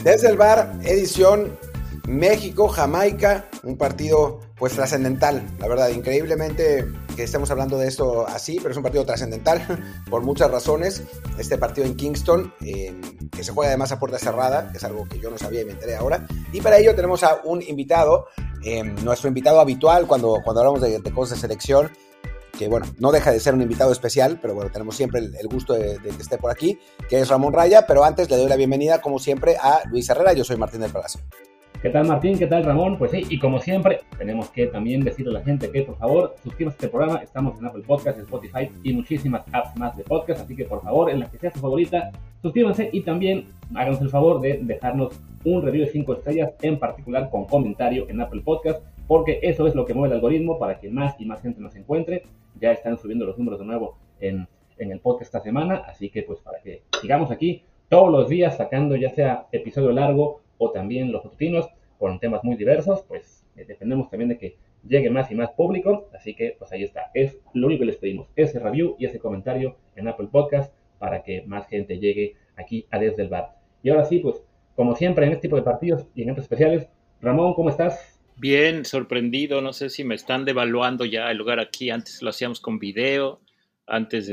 Desde el bar, edición México-Jamaica, un partido pues trascendental, la verdad, increíblemente que estemos hablando de esto así, pero es un partido trascendental por muchas razones. Este partido en Kingston, que se juega además a puerta cerrada, que es algo que yo no sabía y me enteré ahora, y para ello tenemos a un invitado, nuestro invitado habitual cuando hablamos de cosas de selección, que bueno, no deja de ser un invitado especial, pero bueno, tenemos siempre el gusto de que esté por aquí, que es Ramón Raya, pero antes le doy la bienvenida, como siempre, a Luis Herrera. Yo soy Martín del Palacio. ¿Qué tal, Martín? ¿Qué tal, Ramón? Pues sí, y como siempre, tenemos que también decirle a la gente que, por favor, suscríbanse a este programa. Estamos en Apple Podcasts, Spotify y muchísimas apps más de podcast, así que, por favor, en la que sea su favorita, suscríbanse y también háganos el favor de dejarnos un review de 5 estrellas, en particular con comentario en Apple Podcasts, porque eso es lo que mueve el algoritmo para que más y más gente nos encuentre. Ya están subiendo los números de nuevo en el podcast esta semana, así que pues para que sigamos aquí todos los días sacando ya sea episodio largo o también los matutinos con temas muy diversos, pues dependemos también de que llegue más y más público, así que pues ahí está, es lo único que les pedimos, ese review y ese comentario en Apple Podcast para que más gente llegue aquí a Desde el Bar. Y ahora sí, pues como siempre en este tipo de partidos y en eventos especiales, Ramón, ¿cómo estás? Bien, sorprendido, no sé si me están devaluando ya el lugar aquí, antes lo hacíamos con video, antes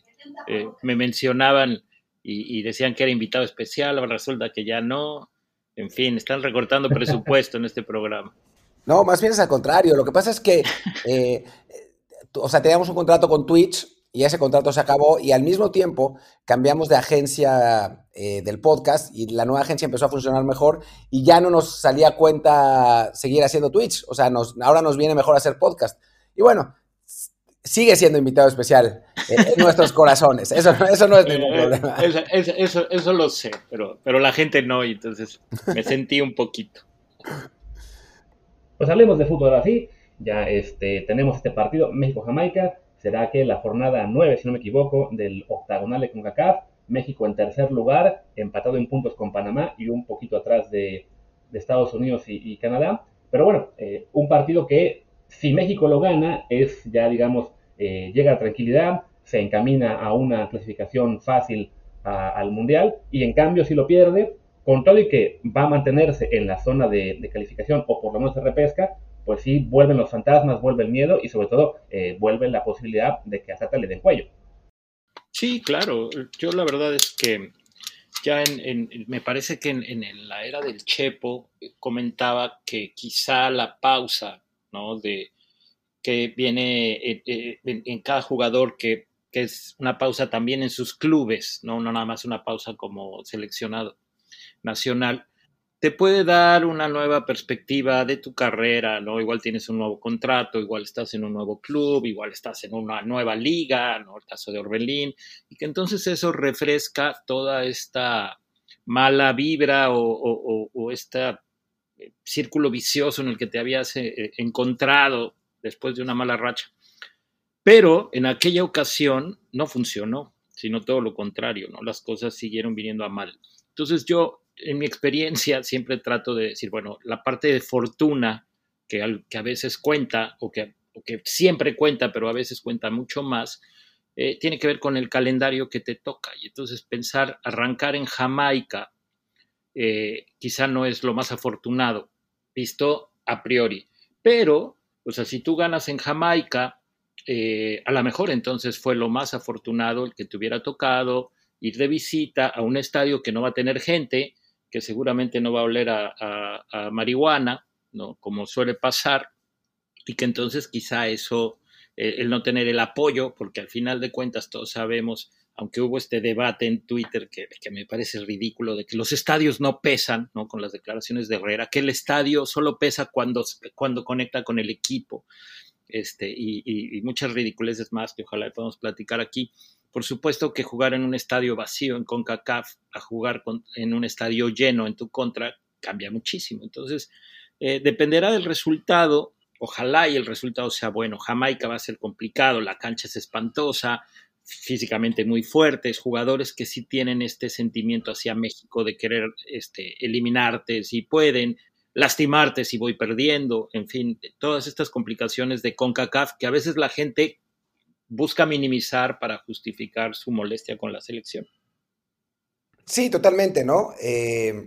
me mencionaban y decían que era invitado especial, ahora resulta que ya no, en fin, están recortando presupuesto en este programa. No, más bien es al contrario, lo que pasa es que, teníamos un contrato con Twitch y ese contrato se acabó y al mismo tiempo cambiamos de agencia del podcast y la nueva agencia empezó a funcionar mejor y ya no nos salía cuenta seguir haciendo Twitch, o sea, ahora nos viene mejor hacer podcast. Y bueno, sigue siendo invitado especial en nuestros corazones, eso no es ningún problema. Eso lo sé, pero la gente no, y entonces me sentí un poquito. Pues hablemos de fútbol así, ya tenemos este partido México-Jamaica, será que la jornada 9, si no me equivoco, del octagonal de CONCACAF, México en tercer lugar, empatado en puntos con Panamá y un poquito atrás de Estados Unidos y Canadá, pero bueno, un partido que si México lo gana es ya digamos, llega a tranquilidad, se encamina a una clasificación fácil al Mundial, y en cambio si lo pierde, con todo y que va a mantenerse en la zona de calificación o por lo menos de repesca, pues sí vuelven los fantasmas, vuelve el miedo y sobre todo vuelve la posibilidad de que a Tata le den cuello. Sí, claro, yo la verdad es que ya me parece que en la era del Chepo comentaba que quizá la pausa, ¿no? Que viene en cada jugador, que es una pausa también en sus clubes, ¿no? No nada más una pausa como seleccionado nacional, te puede dar una nueva perspectiva de tu carrera, ¿no? Igual tienes un nuevo contrato, igual estás en un nuevo club, igual estás en una nueva liga, ¿no? El caso de Orbelín, y que entonces eso refresca toda esta mala vibra o este círculo vicioso en el que te habías encontrado después de una mala racha. Pero en aquella ocasión no funcionó, sino todo lo contrario, ¿no? Las cosas siguieron viniendo a mal. Entonces yo, en mi experiencia, siempre trato de decir, bueno, la parte de fortuna que a veces cuenta, o que siempre cuenta, pero a veces cuenta mucho más, tiene que ver con el calendario que te toca. Y entonces pensar, arrancar en Jamaica, quizá no es lo más afortunado, visto a priori. Pero, o sea, si tú ganas en Jamaica, a lo mejor entonces fue lo más afortunado el que te hubiera tocado ir de visita a un estadio que no va a tener gente, que seguramente no va a oler a marihuana, ¿no? Como suele pasar, y que entonces quizá eso, el no tener el apoyo, porque al final de cuentas todos sabemos, aunque hubo este debate en Twitter que me parece ridículo, de que los estadios no pesan, ¿no? Con las declaraciones de Herrera, que el estadio solo pesa cuando conecta con el equipo, y muchas ridiculeces más que ojalá podamos platicar aquí. Por supuesto que jugar en un estadio vacío en CONCACAF a jugar en un estadio lleno en tu contra cambia muchísimo. Entonces, dependerá del resultado. Ojalá y el resultado sea bueno. Jamaica va a ser complicado, la cancha es espantosa, físicamente muy fuertes, jugadores que sí tienen este sentimiento hacia México de querer eliminarte si pueden, lastimarte si voy perdiendo, en fin, todas estas complicaciones de CONCACAF que a veces la gente busca minimizar para justificar su molestia con la selección. Sí, totalmente, ¿no?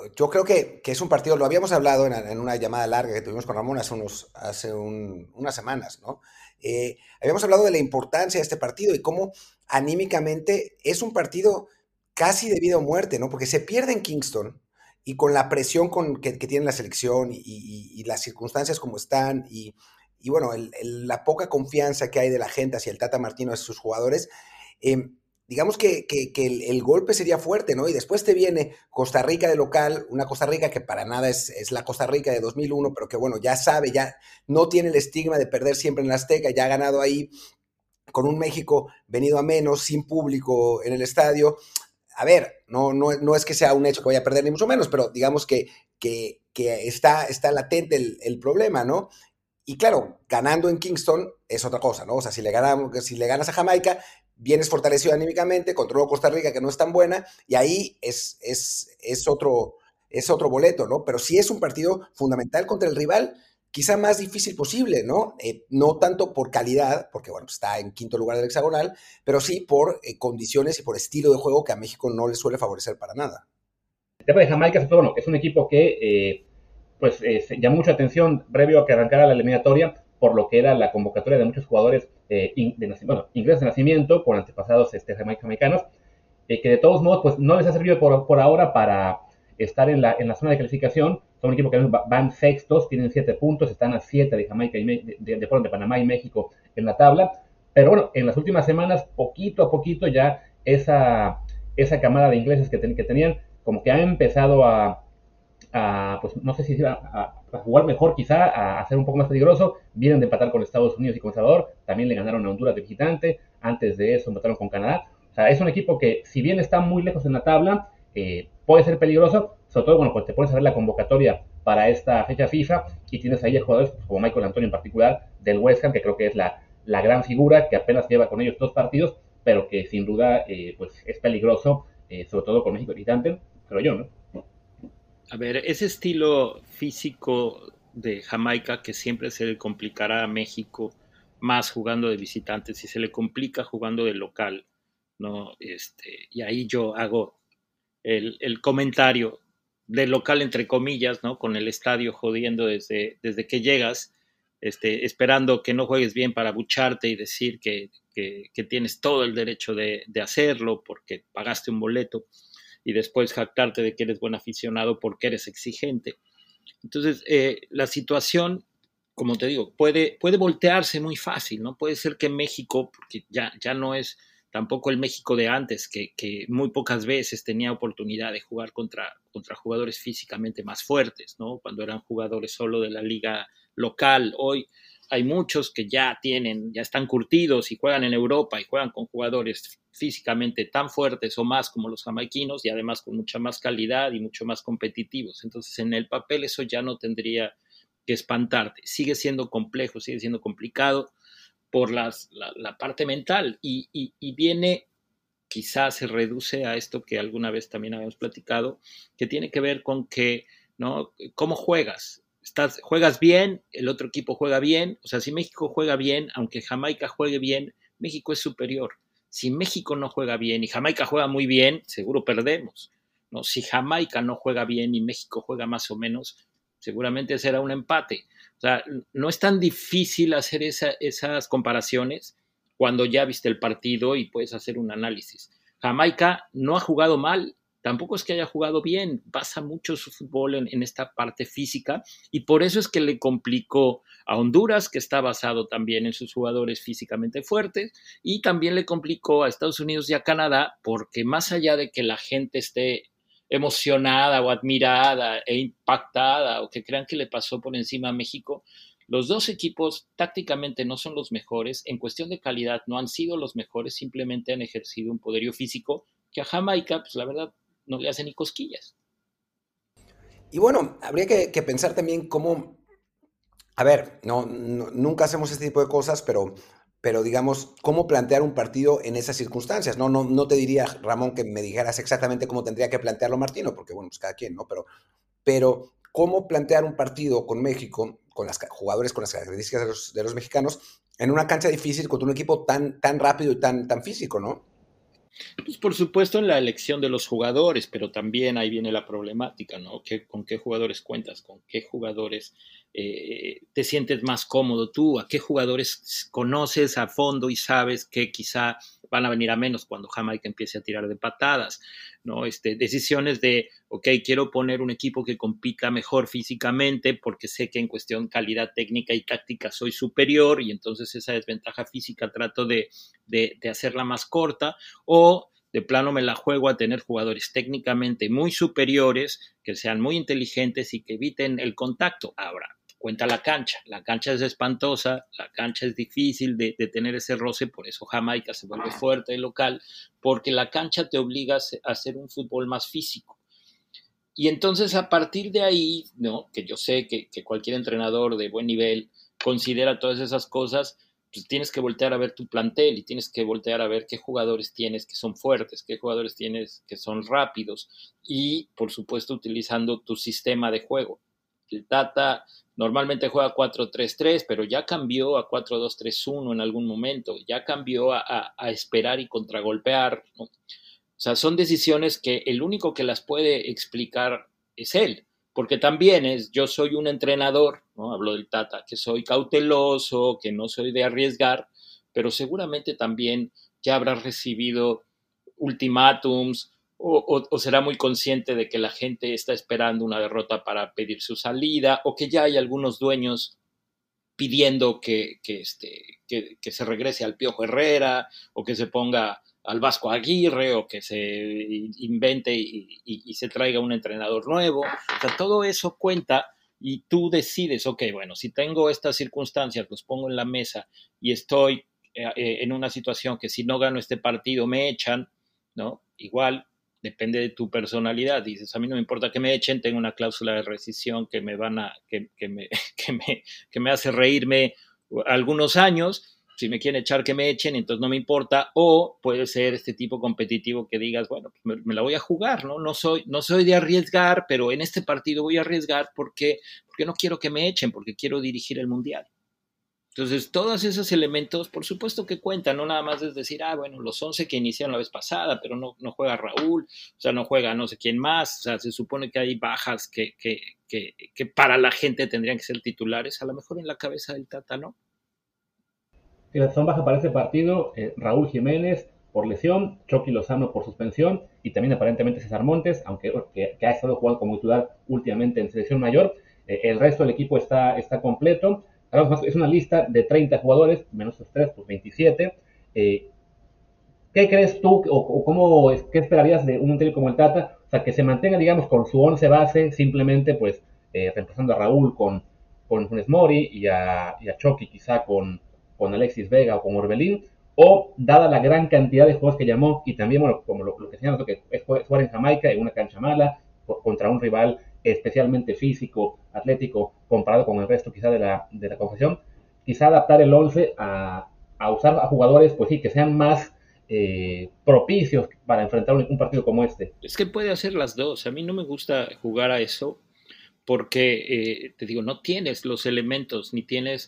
yo creo que es un partido, lo habíamos hablado en una llamada larga que tuvimos con Ramón hace unas semanas, ¿no? Habíamos hablado de la importancia de este partido y cómo anímicamente es un partido casi de vida o muerte, ¿no? Porque se pierde en Kingston y con la presión que tiene la selección y las circunstancias como están y bueno, la poca confianza que hay de la gente hacia el Tata Martino, hacia sus jugadores, digamos que el golpe sería fuerte, ¿no? Y después te viene Costa Rica de local, una Costa Rica que para nada es la Costa Rica de 2001, pero que bueno, ya sabe, ya no tiene el estigma de perder siempre en la Azteca, ya ha ganado ahí con un México venido a menos, sin público en el estadio. A ver, no es que sea un hecho que vaya a perder ni mucho menos, pero digamos que está latente el problema, ¿no? Y claro, ganando en Kingston es otra cosa, ¿no? O sea, si le ganas a Jamaica, vienes fortalecido anímicamente, contra luego Costa Rica, que no es tan buena, y ahí es otro boleto, ¿no? Pero sí es un partido fundamental contra el rival, quizá más difícil posible, ¿no? No tanto por calidad, porque bueno, pues está en quinto lugar del hexagonal, pero sí por condiciones y por estilo de juego que a México no le suele favorecer para nada. El tema de Jamaica es, bueno, es un equipo que llamó mucha atención previo a que arrancara la eliminatoria por lo que era la convocatoria de muchos jugadores ingleses de nacimiento, con antepasados jamaicanos, que de todos modos pues no les ha servido por ahora para estar en la zona de clasificación. Son un equipo que van sextos, tienen 7 puntos, están a 7 de Jamaica de Panamá y México en la tabla. Pero bueno, en las últimas semanas, poquito a poquito ya esa camada de ingleses que tenían, como que ha empezado pues no sé si a jugar mejor quizá, a ser un poco más peligroso. Vienen de empatar con Estados Unidos y con El Salvador, también le ganaron a Honduras de visitante, antes de eso empataron con Canadá. O sea, es un equipo que si bien está muy lejos en la tabla, puede ser peligroso, sobre todo cuando te pones a ver la convocatoria para esta fecha FIFA y tienes ahí a jugadores pues, como Michael Antonio en particular, del West Ham, que creo que es la gran figura, que apenas lleva con ellos 2 partidos, pero que sin duda pues es peligroso, sobre todo con México visitante, creo yo, ¿no? A ver, ese estilo físico de Jamaica que siempre se le complicará a México más jugando de visitantes y se le complica jugando de local, ¿no? Y ahí yo hago el comentario de local entre comillas, ¿no? Con el estadio jodiendo desde que llegas, esperando que no juegues bien para bucharte y decir que tienes todo el derecho de hacerlo porque pagaste un boleto y después jactarte de que eres buen aficionado porque eres exigente. Entonces, la situación, como te digo, puede voltearse muy fácil, ¿no? Puede ser que México, porque ya no es tampoco el México de antes, que muy pocas veces tenía oportunidad de jugar contra jugadores físicamente más fuertes, ¿no? Cuando eran jugadores solo de la liga local. Hoy hay muchos que ya están curtidos y juegan en Europa y juegan con jugadores físicamente tan fuertes o más como los jamaiquinos y además con mucha más calidad y mucho más competitivos. Entonces, en el papel eso ya no tendría que espantarte. Sigue siendo complejo, sigue siendo complicado por la parte mental y viene, quizás se reduce a esto que alguna vez también habíamos platicado, que tiene que ver con que, ¿no? ¿Cómo juegas? Juegas bien, el otro equipo juega bien, o sea, si México juega bien, aunque Jamaica juegue bien, México es superior. Si México no juega bien y Jamaica juega muy bien, seguro perdemos, ¿no? Si Jamaica no juega bien y México juega más o menos, seguramente será un empate. O sea, no es tan difícil hacer esas comparaciones cuando ya viste el partido y puedes hacer un análisis. Jamaica no ha jugado mal, tampoco es que haya jugado bien, basa mucho su fútbol en esta parte física y por eso es que le complicó a Honduras, que está basado también en sus jugadores físicamente fuertes, y también le complicó a Estados Unidos y a Canadá, porque más allá de que la gente esté emocionada o admirada e impactada o que crean que le pasó por encima a México, los dos equipos tácticamente no son los mejores, en cuestión de calidad no han sido los mejores, simplemente han ejercido un poderío físico que a Jamaica, pues la verdad, no le hace ni cosquillas. Y bueno, habría que pensar también cómo, a ver, nunca hacemos este tipo de cosas, pero digamos, cómo plantear un partido en esas circunstancias. No te diría, Ramón, que me dijeras exactamente cómo tendría que plantearlo Martino, porque bueno, pues cada quien, ¿no? Pero cómo plantear un partido con México, con los jugadores con las características de los mexicanos, en una cancha difícil contra un equipo tan rápido y tan físico, ¿no? Pues por supuesto en la elección de los jugadores, pero también ahí viene la problemática, ¿no? ¿Con qué jugadores cuentas? ¿Con qué jugadores te sientes más cómodo tú? ¿A qué jugadores conoces a fondo y sabes que quizá van a venir a menos cuando Jamaica empiece a tirar de patadas, ¿no? Decisiones de, ok, quiero poner un equipo que compita mejor físicamente porque sé que en cuestión calidad técnica y táctica soy superior y entonces esa desventaja física trato de hacerla más corta, o de plano me la juego a tener jugadores técnicamente muy superiores, que sean muy inteligentes y que eviten el contacto. Ahora, cuenta la cancha es espantosa, la cancha es difícil de tener ese roce, por eso Jamaica se vuelve fuerte local, porque la cancha te obliga a hacer un fútbol más físico. Y entonces a partir de ahí, ¿no? Que yo sé que cualquier entrenador de buen nivel considera todas esas cosas, pues tienes que voltear a ver tu plantel y tienes que voltear a ver qué jugadores tienes que son fuertes, qué jugadores tienes que son rápidos y, por supuesto, utilizando tu sistema de juego. El Tata normalmente juega 4-3-3, pero ya cambió a 4-2-3-1 en algún momento, ya cambió a esperar y contragolpear, ¿no? O sea, son decisiones que el único que las puede explicar es él, porque también yo soy un entrenador, ¿no? Hablo del Tata, que soy cauteloso, que no soy de arriesgar, pero seguramente también ya habrá recibido ultimátums o será muy consciente de que la gente está esperando una derrota para pedir su salida o que ya hay algunos dueños pidiendo que se regrese al Piojo Herrera o que se ponga al Vasco Aguirre o que se invente y se traiga un entrenador nuevo. O sea, todo eso cuenta y tú decides, ok, bueno, si tengo estas circunstancias, los pongo en la mesa y estoy en una situación que si no gano este partido me echan, ¿no? Igual depende de tu personalidad. Dices, a mí no me importa que me echen, tengo una cláusula de rescisión que me van a, que me hace reírme algunos años. Si me quieren echar, que me echen, entonces no me importa. O puede ser este tipo competitivo que digas, bueno, pues me la voy a jugar, ¿no? No soy de arriesgar, pero en este partido voy a arriesgar porque no quiero que me echen, porque quiero dirigir el Mundial. Entonces, todos esos elementos, por supuesto que cuentan, no nada más es decir, bueno, los 11 que iniciaron la vez pasada, pero no juega Raúl, o sea, no juega no sé quién más, o sea, se supone que hay bajas que para la gente tendrían que ser titulares, a lo mejor en la cabeza del Tata, ¿no? Son bajas para ese partido Raúl Jiménez por lesión, Chucky Lozano por suspensión y también aparentemente César Montes, aunque que ha estado jugando como titular últimamente en selección mayor. El resto del equipo está completo. Es una lista de 30 jugadores, menos los 3, pues 27. ¿Qué crees tú o qué esperarías de un técnico como el Tata? O sea, que se mantenga, digamos, con su 11 base, simplemente pues reemplazando a Raúl con Funes Mori y a Chucky quizá con Alexis Vega o con Orbelín, o dada la gran cantidad de juegos que llamó y también, bueno, como lo que señalas, que es jugar en Jamaica en una cancha mala, contra un rival especialmente físico, atlético, comparado con el resto quizá de la confesión, quizá adaptar el 11 a usar a jugadores, pues sí, que sean más propicios para enfrentar un partido como este. Es que puede hacer las dos. A mí no me gusta jugar a eso porque, te digo, no tienes los elementos, ni tienes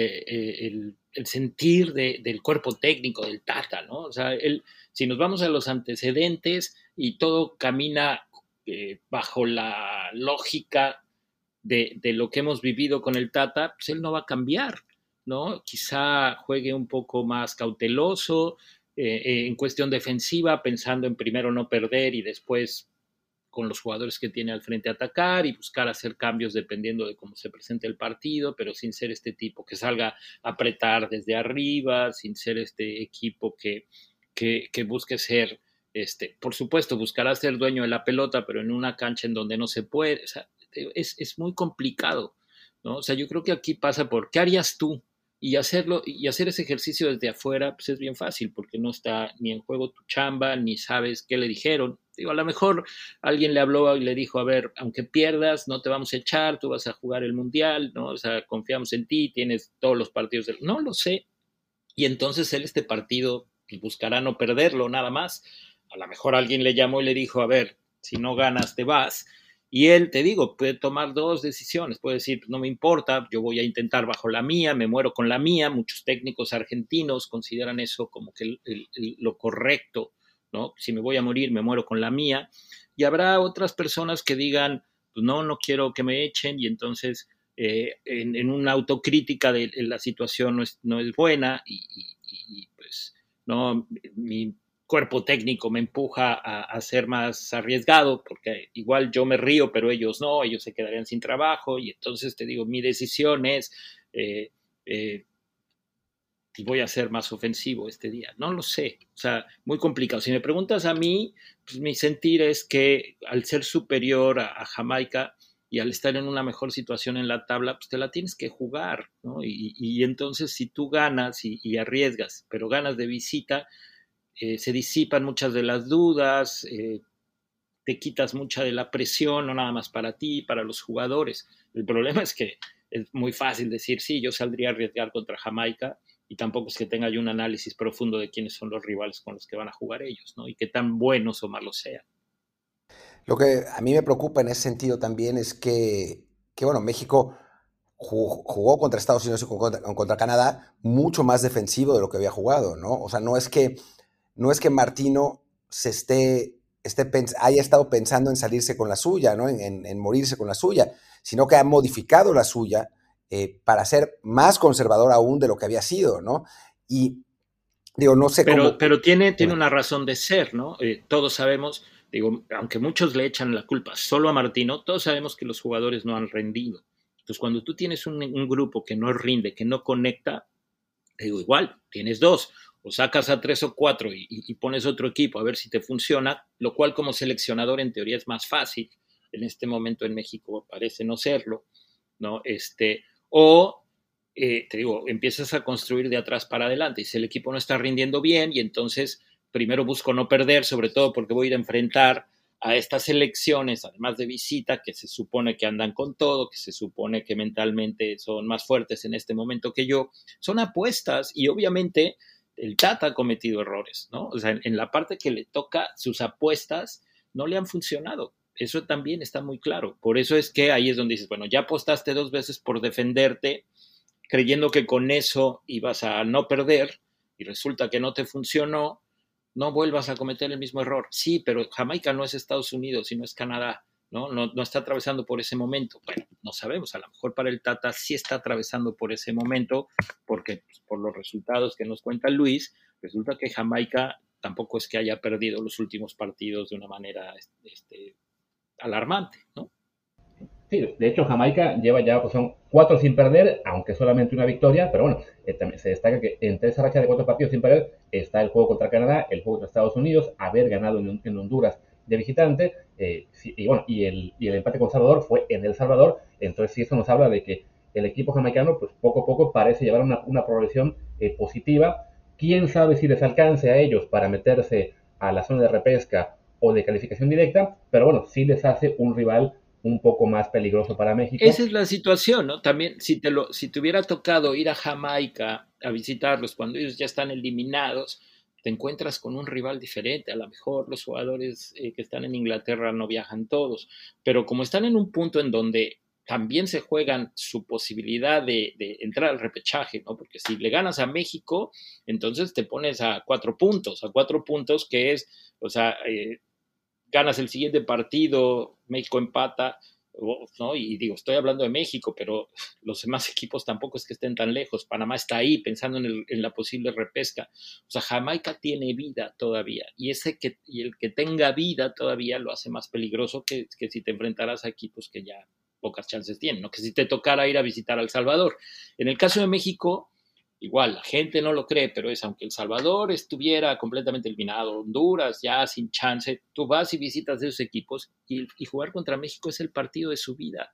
el sentir del cuerpo técnico del Tata, ¿no? O sea, si nos vamos a los antecedentes y todo camina bajo la lógica de lo que hemos vivido con el Tata, pues él no va a cambiar, ¿no? Quizá juegue un poco más cauteloso en cuestión defensiva, pensando en primero no perder y después con los jugadores que tiene al frente atacar y buscar hacer cambios dependiendo de cómo se presente el partido, pero sin ser este tipo que salga a apretar desde arriba, sin ser este equipo que busque ser, por supuesto, buscará ser dueño de la pelota, pero en una cancha en donde no se puede. O sea, es muy complicado, ¿no? O sea, yo creo que aquí pasa por ¿qué harías tú? Y hacerlo y hacer ese ejercicio desde afuera, pues es bien fácil, porque no está ni en juego tu chamba, ni sabes qué le dijeron. Digo, a lo mejor alguien le habló y le dijo, a ver, aunque pierdas, no te vamos a echar, tú vas a jugar el Mundial, ¿no? O sea, confiamos en ti, tienes todos los partidos no lo sé. Y entonces él este partido pues, buscará no perderlo, nada más. A lo mejor alguien le llamó y le dijo, a ver, si no ganas te vas. Y él, te digo, puede tomar dos decisiones. Puede decir, no me importa, yo voy a intentar bajo la mía, me muero con la mía. Muchos técnicos argentinos consideran eso como que lo correcto, ¿no? Si me voy a morir, me muero con la mía. Y habrá otras personas que digan, pues no quiero que me echen, y entonces en una autocrítica de la situación no es buena, y pues no, mi cuerpo técnico me empuja a ser más arriesgado, porque igual yo me río, pero ellos no, ellos se quedarían sin trabajo, y entonces te digo, mi decisión es, voy a ser más ofensivo este día. No lo sé, o sea, muy complicado. Si me preguntas a mí, pues mi sentir es que al ser superior a Jamaica y al estar en una mejor situación en la tabla, pues te la tienes que jugar, ¿no? Y entonces si tú ganas y arriesgas, pero ganas de visita, se disipan muchas de las dudas, te quitas mucha de la presión, no nada más para ti, para los jugadores. El problema es que es muy fácil decir, sí, yo saldría a arriesgar contra Jamaica, y tampoco es que tenga yo un análisis profundo de quiénes son los rivales con los que van a jugar ellos, ¿no? Y qué tan buenos o malos sean. Lo que a mí me preocupa en ese sentido también es que bueno, México jugó contra Estados Unidos y contra Canadá mucho más defensivo de lo que había jugado, ¿no? O sea, no es que Martino haya estado pensando en salirse con la suya, ¿no? En morirse con la suya, sino que ha modificado la suya para ser más conservador aún de lo que había sido, ¿no? Y digo, no sé cómo... Pero tiene una razón de ser, ¿no? Todos sabemos, digo, aunque muchos le echan la culpa solo a Martino, todos sabemos que los jugadores no han rendido. Entonces, cuando tú tienes un grupo que no rinde, que no conecta, digo, igual, tienes dos, o sacas a 3 o 4 y pones otro equipo a ver si te funciona, lo cual como seleccionador en teoría es más fácil. En este momento en México parece no serlo, ¿no? O te digo, empiezas a construir de atrás para adelante, y si el equipo no está rindiendo bien, y entonces primero busco no perder, sobre todo porque voy a ir a enfrentar a estas selecciones, además de visita, que se supone que andan con todo, que se supone que mentalmente son más fuertes en este momento que yo, son apuestas, y obviamente el Tata ha cometido errores, ¿no? O sea, en la parte que le toca, sus apuestas no le han funcionado. Eso también está muy claro. Por eso es que ahí es donde dices, bueno, ya apostaste 2 veces por defenderte, creyendo que con eso ibas a no perder, y resulta que no te funcionó. No vuelvas a cometer el mismo error. Sí, pero Jamaica no es Estados Unidos, sino es Canadá, ¿no? No está atravesando por ese momento. Bueno, no sabemos, a lo mejor para el Tata sí está atravesando por ese momento, porque pues, por los resultados que nos cuenta Luis, resulta que Jamaica tampoco es que haya perdido los últimos partidos de una manera alarmante, ¿no? Sí, de hecho Jamaica lleva ya, pues son 4 sin perder, aunque solamente una victoria, pero bueno, también se destaca que entre esa racha de 4 partidos sin perder está el juego contra Canadá, el juego contra Estados Unidos, haber ganado en Honduras de visitante, y bueno, y el empate con Salvador fue en El Salvador. Entonces sí, eso nos habla de que el equipo jamaicano, pues poco a poco parece llevar una progresión positiva. Quién sabe si les alcance a ellos para meterse a la zona de repesca o de calificación directa, pero bueno, sí les hace un rival un poco más peligroso para México. Esa es la situación, ¿no? También, si te hubiera tocado ir a Jamaica a visitarlos cuando ellos ya están eliminados, te encuentras con un rival diferente. A lo mejor los jugadores que están en Inglaterra no viajan todos, pero como están en un punto en donde también se juegan su posibilidad de entrar al repechaje, ¿no? Porque si le ganas a México, entonces te pones a 4 puntos, que es, o sea, ganas el siguiente partido, México empata, ¿no? Y digo, estoy hablando de México, pero los demás equipos tampoco es que estén tan lejos. Panamá está ahí pensando en la posible repesca. O sea, Jamaica tiene vida todavía, y el que tenga vida todavía lo hace más peligroso que si te enfrentaras a equipos que ya pocas chances tienen, ¿no? Que si te tocara ir a visitar a El Salvador. En el caso de México, igual, la gente no lo cree, pero es, aunque El Salvador estuviera completamente eliminado, Honduras ya sin chance, tú vas y visitas de esos equipos, y jugar contra México es el partido de su vida.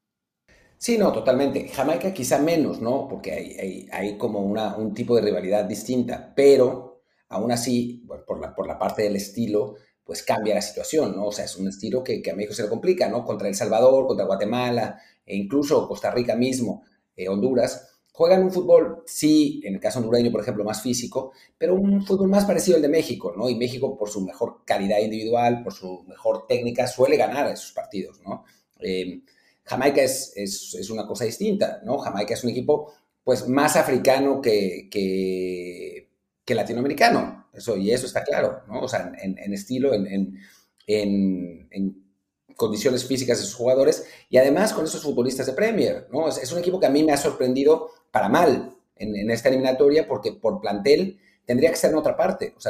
Sí, no, totalmente. Jamaica quizá menos, ¿no? Porque hay como un tipo de rivalidad distinta, pero aún así, bueno, por la parte del estilo, pues cambia la situación, ¿no? O sea, es un estilo que a México se le complica, ¿no? Contra El Salvador, contra Guatemala, e incluso Costa Rica mismo, Honduras, juegan un fútbol, sí, en el caso hondureño, por ejemplo, más físico, pero un fútbol más parecido al de México, ¿no? Y México, por su mejor calidad individual, por su mejor técnica, suele ganar esos partidos, ¿no? Jamaica es una cosa distinta, ¿no? Jamaica es un equipo pues más africano que latinoamericano. Eso está claro, ¿no? O sea, en estilo, en condiciones físicas de sus jugadores y además con esos futbolistas de Premier, ¿no? Es un equipo que a mí me ha sorprendido para mal en esta eliminatoria porque por plantel tendría que estar en otra parte, o sea,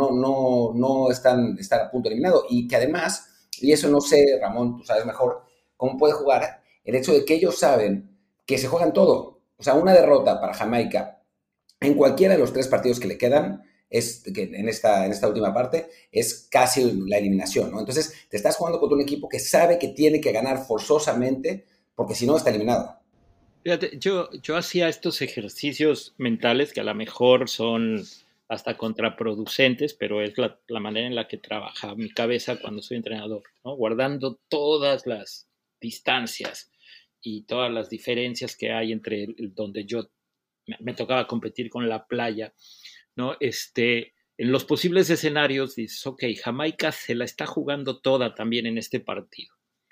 no están a punto eliminado y que además, y eso no sé, Ramón, tú sabes mejor cómo puede jugar, el hecho de que ellos saben que se juegan todo, o sea, una derrota para Jamaica en cualquiera de los 3 partidos que le quedan, es que en esta última parte, es casi la eliminación, ¿no? Entonces, te estás jugando contra un equipo que sabe que tiene que ganar forzosamente, porque si no, está eliminado. Fíjate, yo hacía estos ejercicios mentales que a lo mejor son hasta contraproducentes, pero es la manera en la que trabaja mi cabeza cuando soy entrenador, ¿no? Guardando todas las distancias y todas las diferencias que hay entre donde yo me tocaba competir con la playa, ¿no? En los posibles escenarios dices, ok, Jamaica se la está jugando toda también en este partido.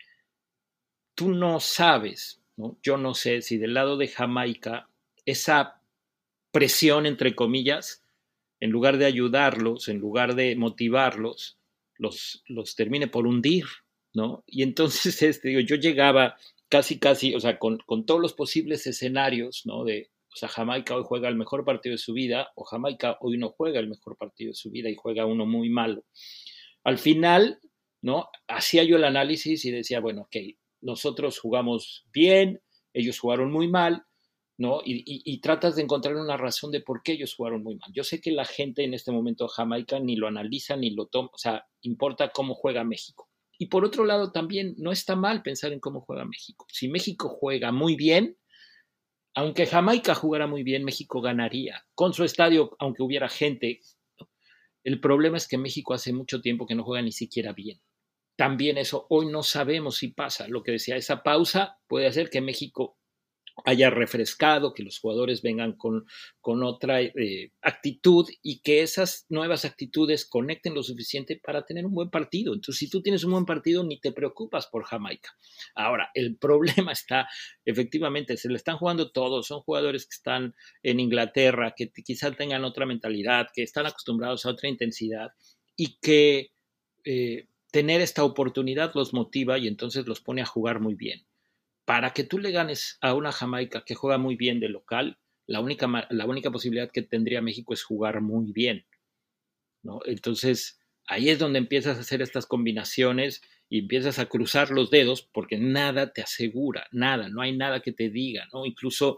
Tú no sabes, ¿no? Yo no sé si del lado de Jamaica esa presión, entre comillas, en lugar de ayudarlos, en lugar de motivarlos, los termine por hundir, ¿no? Y entonces, digo, yo llegaba casi, o sea, con todos los posibles escenarios, ¿no? O sea, Jamaica hoy juega el mejor partido de su vida, o Jamaica hoy no juega el mejor partido de su vida y juega uno muy malo. Al final, ¿no? Hacía yo el análisis y decía, bueno, ok, nosotros jugamos bien, ellos jugaron muy mal, ¿no? Y tratas de encontrar una razón de por qué ellos jugaron muy mal. Yo sé que la gente en este momento de Jamaica ni lo analiza ni lo toma, o sea, importa cómo juega México. Y por otro lado también no está mal pensar en cómo juega México. Si México juega muy bien, aunque Jamaica jugara muy bien, México ganaría. Con su estadio, aunque hubiera gente, el problema es que México hace mucho tiempo que no juega ni siquiera bien. También eso hoy no sabemos si pasa. Lo que decía, esa pausa puede hacer que México haya refrescado, que los jugadores vengan con otra actitud y que esas nuevas actitudes conecten lo suficiente para tener un buen partido. Entonces, si tú tienes un buen partido, ni te preocupas por Jamaica. Ahora, el problema está, efectivamente, se le están jugando todos, son jugadores que están en Inglaterra, que quizá tengan otra mentalidad, que están acostumbrados a otra intensidad y que tener esta oportunidad los motiva y entonces los pone a jugar muy bien. Para que tú le ganes a una Jamaica que juega muy bien de local, la única posibilidad que tendría México es jugar muy bien, ¿no? Entonces, ahí es donde empiezas a hacer estas combinaciones y empiezas a cruzar los dedos porque nada te asegura, nada, no hay nada que te diga, ¿no? Incluso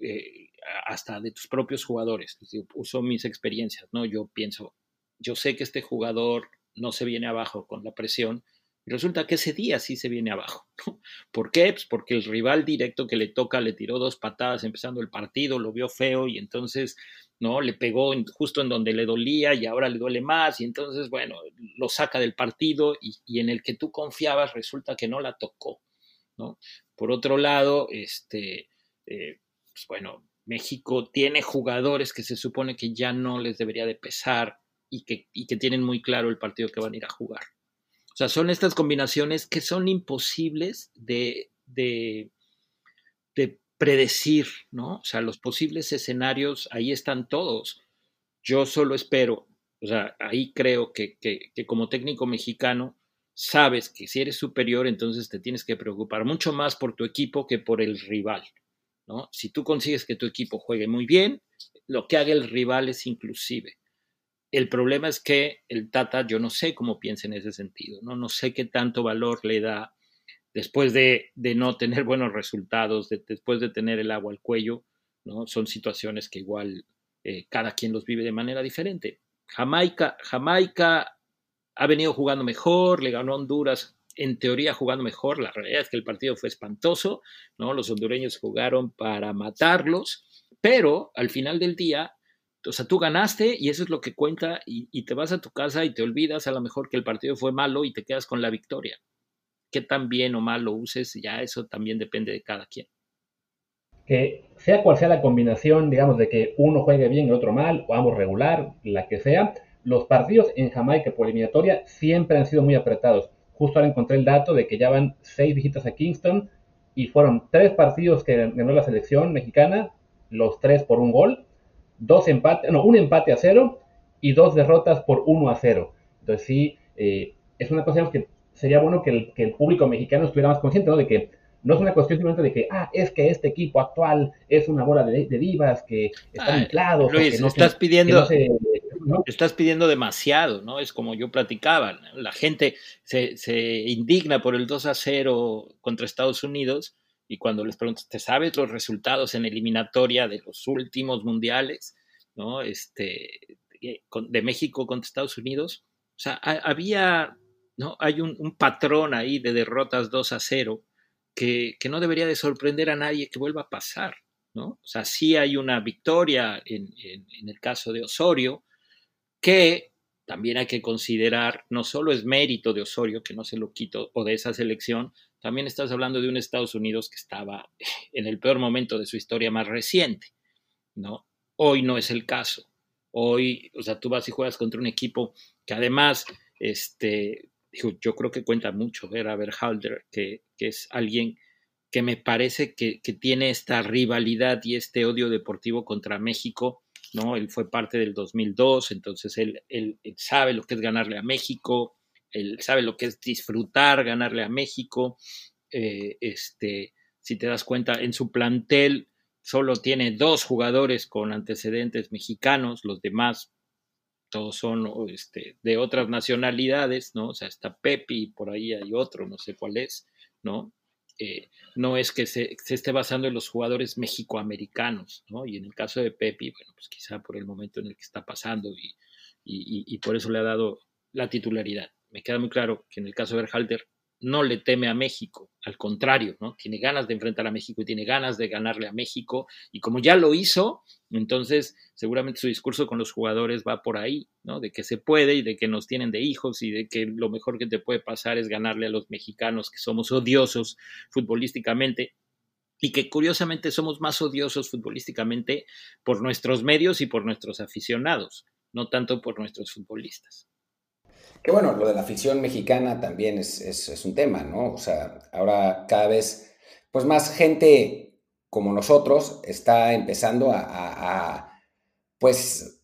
hasta de tus propios jugadores. Uso mis experiencias, ¿no? Yo pienso, yo sé que este jugador no se viene abajo con la presión, y resulta que ese día sí se viene abajo, ¿no? ¿Por qué? Pues porque el rival directo que le toca le tiró 2 patadas empezando el partido, lo vio feo y entonces, ¿no? Le pegó justo en donde le dolía y ahora le duele más y entonces, bueno, lo saca del partido y en el que tú confiabas resulta que no la tocó, ¿no? Por otro lado, pues bueno, México tiene jugadores que se supone que ya no les debería de pesar y que tienen muy claro el partido que van a ir a jugar. O sea, son estas combinaciones que son imposibles de predecir, ¿no? O sea, los posibles escenarios, ahí están todos. Yo solo espero, o sea, ahí creo que como técnico mexicano, sabes que si eres superior, entonces te tienes que preocupar mucho más por tu equipo que por el rival, ¿no? Si tú consigues que tu equipo juegue muy bien, lo que haga el rival es inclusive. El problema es que el Tata, yo no sé cómo piensa en ese sentido, ¿no? No sé qué tanto valor le da después de no tener buenos resultados, después de tener el agua al cuello, ¿no? Son situaciones que igual cada quien los vive de manera diferente. Jamaica ha venido jugando mejor, le ganó a Honduras en teoría jugando mejor, la realidad es que el partido fue espantoso, ¿no? Los hondureños jugaron para matarlos, pero al final del día, o sea, tú ganaste y eso es lo que cuenta y te vas a tu casa y te olvidas a lo mejor que el partido fue malo y te quedas con la victoria. Qué tan bien o mal lo uses, ya eso también depende de cada quien. Que sea cual sea la combinación, digamos, de que uno juegue bien y el otro mal, o ambos regular, la que sea, los partidos en Jamaica por eliminatoria siempre han sido muy apretados. Justo ahora encontré el dato de que ya van 6 visitas a Kingston y fueron 3 partidos que ganó la selección mexicana, los 3 por un gol, un empate a 0 y 2 derrotas por 1-0. Entonces sí, es una cosa que sería bueno que el público mexicano estuviera más consciente, ¿no? De que no es una cuestión simplemente de que, es que este equipo actual es una bola de divas, que están inflados o Luis, que no se... ¿no? estás pidiendo demasiado, ¿no? Es como yo platicaba, la gente se indigna por el 2-0 contra Estados Unidos y cuando les preguntas, ¿te sabes los resultados en eliminatoria de los últimos mundiales, ¿no? De México contra Estados Unidos. O sea, había, ¿no? Hay un patrón ahí de derrotas 2-0 que no debería de sorprender a nadie que vuelva a pasar, ¿no? O sea, sí hay una victoria en el caso de Osorio, que también hay que considerar, no solo es mérito de Osorio, que no se lo quito, o de esa selección, también estás hablando de un Estados Unidos que estaba en el peor momento de su historia más reciente, ¿no? Hoy no es el caso. Hoy, o sea, tú vas y juegas contra un equipo que además, yo creo que cuenta mucho ver a Berhalter, que es alguien que me parece que tiene esta rivalidad y este odio deportivo contra México, ¿no? Él fue parte del 2002, entonces él sabe lo que es ganarle a México, él sabe lo que es disfrutar ganarle a México. Si te das cuenta, en su plantel solo tiene 2 jugadores con antecedentes mexicanos, los demás todos son de otras nacionalidades, ¿no? O sea, está Pepi y por ahí hay otro, no sé cuál es, ¿no? No es que se esté basando en los jugadores mexicoamericanos, ¿no? Y en el caso de Pepi, bueno, pues quizá por el momento en el que está pasando y por eso le ha dado la titularidad. Me queda muy claro que en el caso de Berhalter no le teme a México, al contrario, ¿no? Tiene ganas de enfrentar a México y tiene ganas de ganarle a México, y como ya lo hizo, entonces seguramente su discurso con los jugadores va por ahí, ¿no? De que se puede y de que nos tienen de hijos y de que lo mejor que te puede pasar es ganarle a los mexicanos, que somos odiosos futbolísticamente y que curiosamente somos más odiosos futbolísticamente por nuestros medios y por nuestros aficionados, no tanto por nuestros futbolistas. Que bueno, lo de la afición mexicana también es un tema, ¿no? O sea, ahora cada vez, pues más gente como nosotros está empezando pues,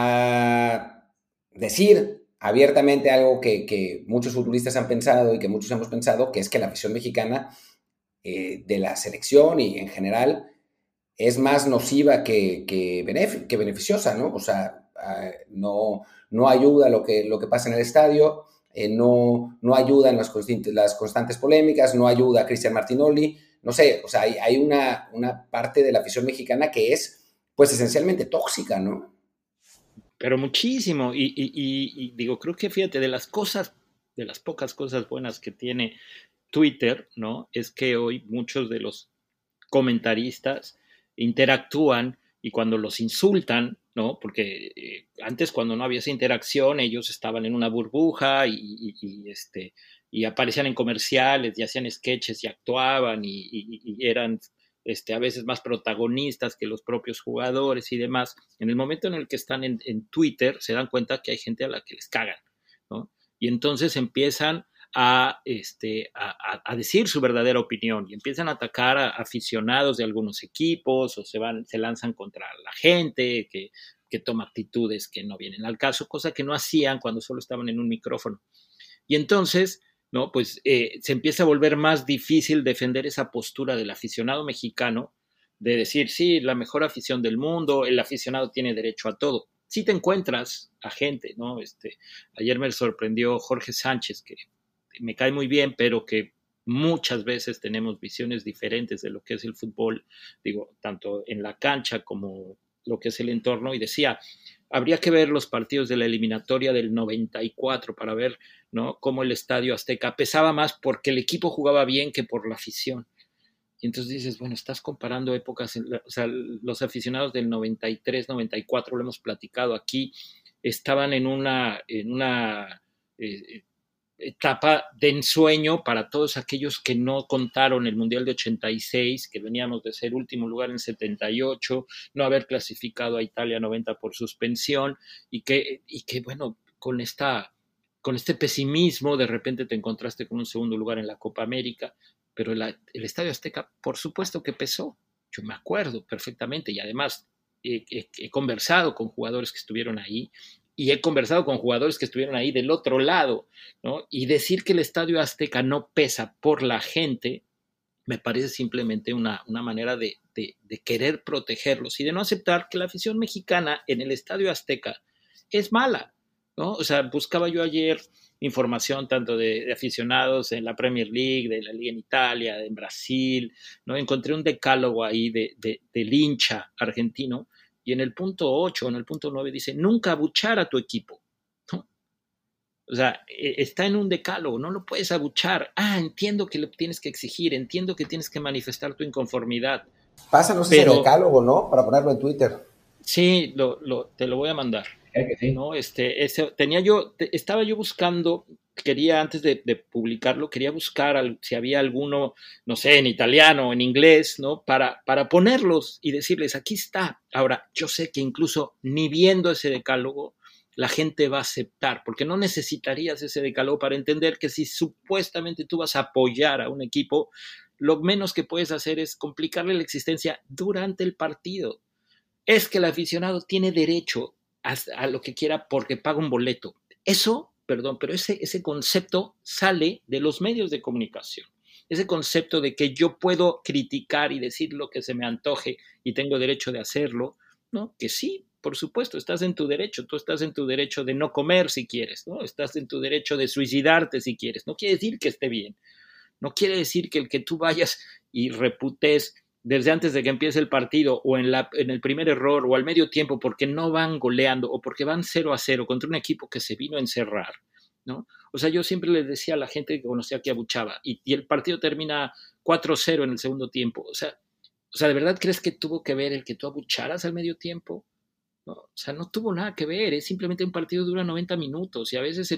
a decir abiertamente algo que muchos futbolistas han pensado y que muchos hemos pensado, que es que la afición mexicana de la selección y en general es más nociva que beneficiosa, ¿no? O sea, no ayuda lo que pasa en el estadio, no ayuda en las constantes polémicas, no ayuda a Cristian Martinoli, no sé, o sea, hay una parte de la afición mexicana que es, pues, esencialmente tóxica, ¿no? Pero muchísimo, y digo, creo que fíjate, de las pocas cosas buenas que tiene Twitter, ¿no? Es que hoy muchos de los comentaristas interactúan y cuando los insultan, ¿no? Porque antes cuando no había esa interacción, ellos estaban en una burbuja y aparecían en comerciales y hacían sketches y actuaban y eran a veces más protagonistas que los propios jugadores y demás. En el momento en el que están en Twitter, se dan cuenta que hay gente a la que les cagan, ¿no? Y entonces empiezan a decir su verdadera opinión y empiezan a atacar a aficionados de algunos equipos o se lanzan contra la gente que toma actitudes que no vienen al caso, cosa que no hacían cuando solo estaban en un micrófono. Y entonces, ¿no? Pues se empieza a volver más difícil defender esa postura del aficionado mexicano de decir, sí, la mejor afición del mundo, el aficionado tiene derecho a todo. Si te encuentras a gente, ¿no? Ayer me sorprendió Jorge Sánchez, que me cae muy bien, pero que muchas veces tenemos visiones diferentes de lo que es el fútbol, digo, tanto en la cancha como lo que es el entorno, y decía, habría que ver los partidos de la eliminatoria del 94 para ver, ¿no? Cómo el Estadio Azteca pesaba más porque el equipo jugaba bien que por la afición. Y entonces dices, bueno, estás comparando épocas, o sea, los aficionados del 93, 94, lo hemos platicado aquí, estaban en una etapa de ensueño para todos aquellos que no contaron el Mundial de 86, que veníamos de ser último lugar en 78, no haber clasificado a Italia 90 por suspensión, y que bueno, con este pesimismo de repente te encontraste con un segundo lugar en la Copa América, pero el Estadio Azteca, por supuesto que pesó, yo me acuerdo perfectamente, y además he conversado con jugadores que estuvieron ahí, y he conversado con jugadores que estuvieron ahí del otro lado, ¿no? Y decir que el Estadio Azteca no pesa por la gente, me parece simplemente una manera de querer protegerlos y de no aceptar que la afición mexicana en el Estadio Azteca es mala, ¿no? O sea, buscaba yo ayer información tanto de aficionados en la Premier League, de la Liga en Italia, en Brasil, ¿no? Encontré un decálogo ahí del hincha argentino y en el punto 8, en el punto 9 dice, nunca abuchar a tu equipo, ¿no? O sea, está en un decálogo, no lo puedes abuchar. Entiendo que lo tienes que exigir, entiendo que tienes que manifestar tu inconformidad. Pásanos ese decálogo, ¿no? Para ponerlo en Twitter. Sí, te lo voy a mandar. Que sí. ¿No? Estaba yo buscando, quería antes de publicarlo, quería buscar si había alguno, no sé, en italiano o en inglés, ¿no? Para ponerlos y decirles, aquí está. Ahora, yo sé que incluso ni viendo ese decálogo, la gente va a aceptar, porque no necesitarías ese decálogo para entender que si supuestamente tú vas a apoyar a un equipo, lo menos que puedes hacer es complicarle la existencia durante el partido. Es que el aficionado tiene derecho a lo que quiera porque paga un boleto. Eso, perdón, pero ese concepto sale de los medios de comunicación. Ese concepto de que yo puedo criticar y decir lo que se me antoje y tengo derecho de hacerlo, ¿no? Que sí, por supuesto, estás en tu derecho. Tú estás en tu derecho de no comer si quieres, ¿no? Estás en tu derecho de suicidarte si quieres. No quiere decir que esté bien. No quiere decir que el que tú vayas y reputes desde antes de que empiece el partido o en el primer error o al medio tiempo porque no van goleando o porque van 0-0 contra un equipo que se vino a encerrar, ¿no? O sea, yo siempre les decía a la gente que conocía que abuchaba y el partido termina 4-0 en el segundo tiempo. O sea, ¿de verdad crees que tuvo que ver el que tú abucharas al medio tiempo? ¿No? O sea, no tuvo nada que ver, es simplemente un partido dura 90 minutos y a veces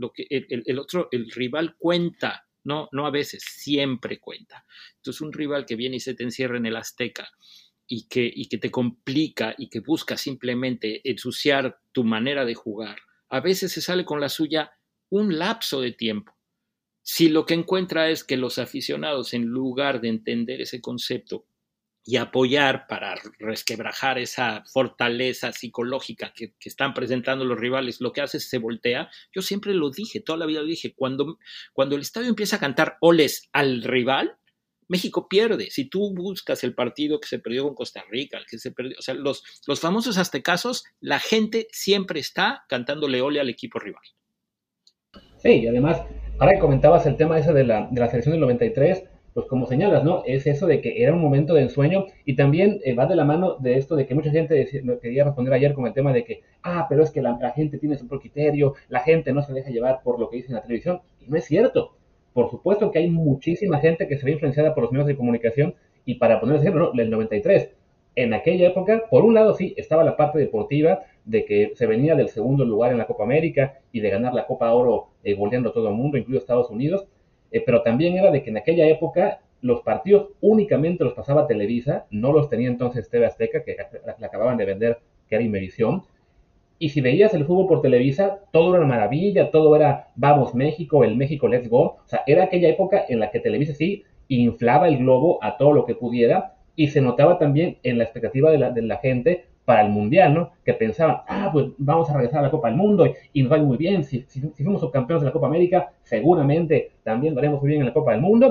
el rival cuenta. No a veces, siempre cuenta. Entonces un rival que viene y se te encierra en el Azteca y que te complica y que busca simplemente ensuciar tu manera de jugar, a veces se sale con la suya un lapso de tiempo. Si lo que encuentra es que los aficionados, en lugar de entender ese concepto y apoyar para resquebrajar esa fortaleza psicológica que están presentando los rivales, lo que hace es se voltea. Yo siempre lo dije, toda la vida lo dije, cuando el estadio empieza a cantar oles al rival, México pierde. Si tú buscas el partido que se perdió con Costa Rica, el que se perdió, o sea, los famosos aztecazos, la gente siempre está cantándole ole al equipo rival. Sí, y además, ahora que comentabas el tema ese de la selección del 93, pues como señalas, ¿no? Es eso de que era un momento de ensueño y también va de la mano de esto de que mucha gente quería responder ayer con el tema de que, pero es que la gente tiene su propio criterio, la gente no se deja llevar por lo que dice en la televisión, y no es cierto. Por supuesto que hay muchísima gente que se ve influenciada por los medios de comunicación y para poner ejemplo, ¿no? El 93, en aquella época, por un lado sí, estaba la parte deportiva de que se venía del segundo lugar en la Copa América y de ganar la Copa Oro goleando a todo el mundo, incluido Estados Unidos, pero también era de que en aquella época los partidos únicamente los pasaba Televisa, no los tenía entonces TV Azteca, que la acababan de vender, que era Imevisión, y si veías el fútbol por Televisa, todo era una maravilla, todo era Vamos México, el México Let's Go, o sea, era aquella época en la que Televisa sí inflaba el globo a todo lo que pudiera, y se notaba también en la expectativa de la gente para el Mundial, ¿no? Que pensaban, pues vamos a regresar a la Copa del Mundo y nos va muy bien, si fuimos subcampeones de la Copa América, seguramente también lo haremos muy bien en la Copa del Mundo,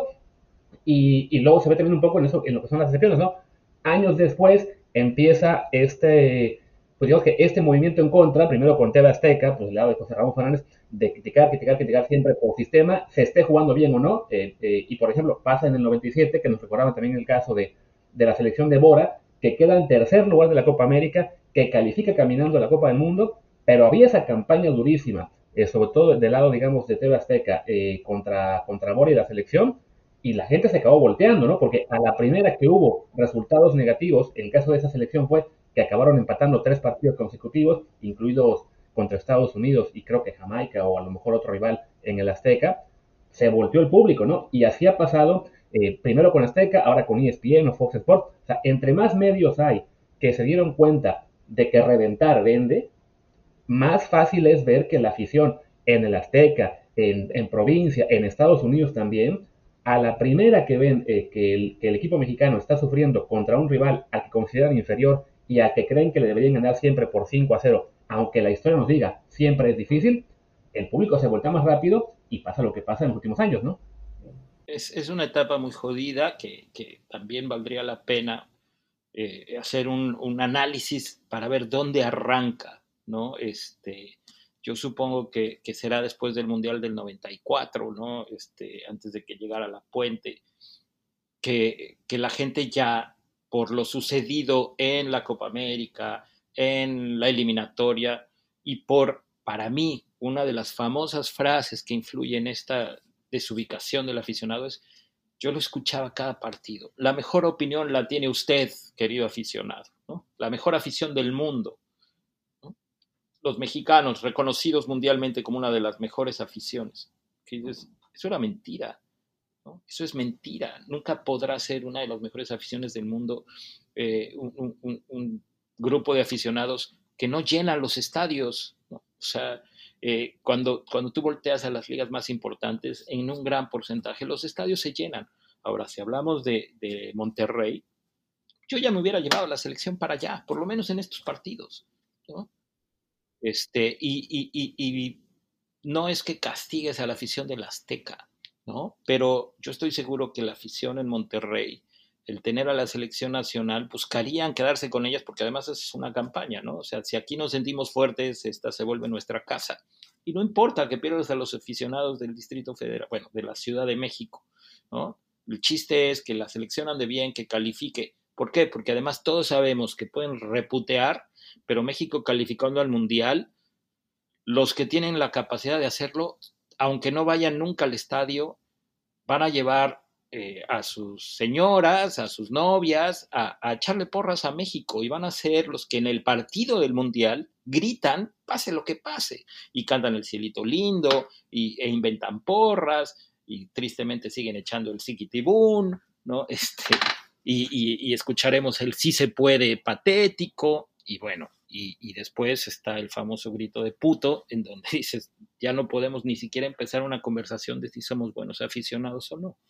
y luego se ve también un poco en eso, en lo que son las excepciones, ¿no? Años después empieza pues digamos que este movimiento en contra, primero con TV Azteca, pues el lado de José Ramón Fernández, de criticar siempre por sistema, se esté jugando bien o no, y por ejemplo pasa en el 97, que nos recordaba también el caso de la selección de Bora, que queda en tercer lugar de la Copa América, que califica caminando a la Copa del Mundo, pero había esa campaña durísima, sobre todo del lado, digamos, de TV Azteca, contra Bora y la selección, y la gente se acabó volteando, ¿no? Porque a la primera que hubo resultados negativos, en el caso de esa selección fue que acabaron empatando 3 partidos consecutivos, incluidos contra Estados Unidos y creo que Jamaica o a lo mejor otro rival en el Azteca, se volteó el público, ¿no? Y así ha pasado, primero con Azteca, ahora con ESPN o Fox Sports. O sea, entre más medios hay que se dieron cuenta de que reventar vende, más fácil es ver que la afición en el Azteca, en provincia, en Estados Unidos también, a la primera que ven que el equipo mexicano está sufriendo contra un rival al que consideran inferior y al que creen que le deberían ganar siempre por 5-0 aunque la historia nos diga siempre es difícil, el público se voltea más rápido y pasa lo que pasa en los últimos años, ¿no? Es una etapa muy jodida que también valdría la pena hacer un análisis para ver dónde arranca, ¿no? Yo supongo que será después del Mundial del 94, ¿no? Antes de que llegara la Puente, que la gente ya, por lo sucedido en la Copa América, en la eliminatoria, y para mí, una de las famosas frases que influye en esta desubicación del aficionado es: yo lo escuchaba cada partido. La mejor opinión la tiene usted, querido aficionado, ¿no? La mejor afición del mundo, ¿no? Los mexicanos, reconocidos mundialmente como una de las mejores aficiones. Eso era mentira, ¿no? Eso es mentira. Nunca podrá ser una de las mejores aficiones del mundo un grupo de aficionados que no llenan los estadios, ¿no? O sea, cuando tú volteas a las ligas más importantes, en un gran porcentaje los estadios se llenan. Ahora, si hablamos de Monterrey, yo ya me hubiera llevado la selección para allá, por lo menos en estos partidos, ¿no? Y no es que castigues a la afición del Azteca, ¿no? Pero yo estoy seguro que la afición en Monterrey, el tener a la selección nacional, buscarían quedarse con ellas porque además es una campaña, ¿no? O sea, si aquí nos sentimos fuertes, esta se vuelve nuestra casa. Y no importa que pierdas a los aficionados del Distrito Federal, bueno, de la Ciudad de México, ¿no? El chiste es que la selección ande bien, que califique. ¿Por qué? Porque además todos sabemos que pueden reputear, pero México calificando al Mundial, los que tienen la capacidad de hacerlo, aunque no vayan nunca al estadio, van a llevar a sus señoras, a sus novias, a echarle porras a México y van a ser los que en el partido del Mundial gritan, pase lo que pase, y cantan el cielito lindo e inventan porras y tristemente siguen echando el Ziquitibún, ¿no? Y escucharemos el sí se puede patético y bueno, y después está el famoso grito de puto, en donde dices, ya no podemos ni siquiera empezar una conversación de si somos buenos aficionados o no.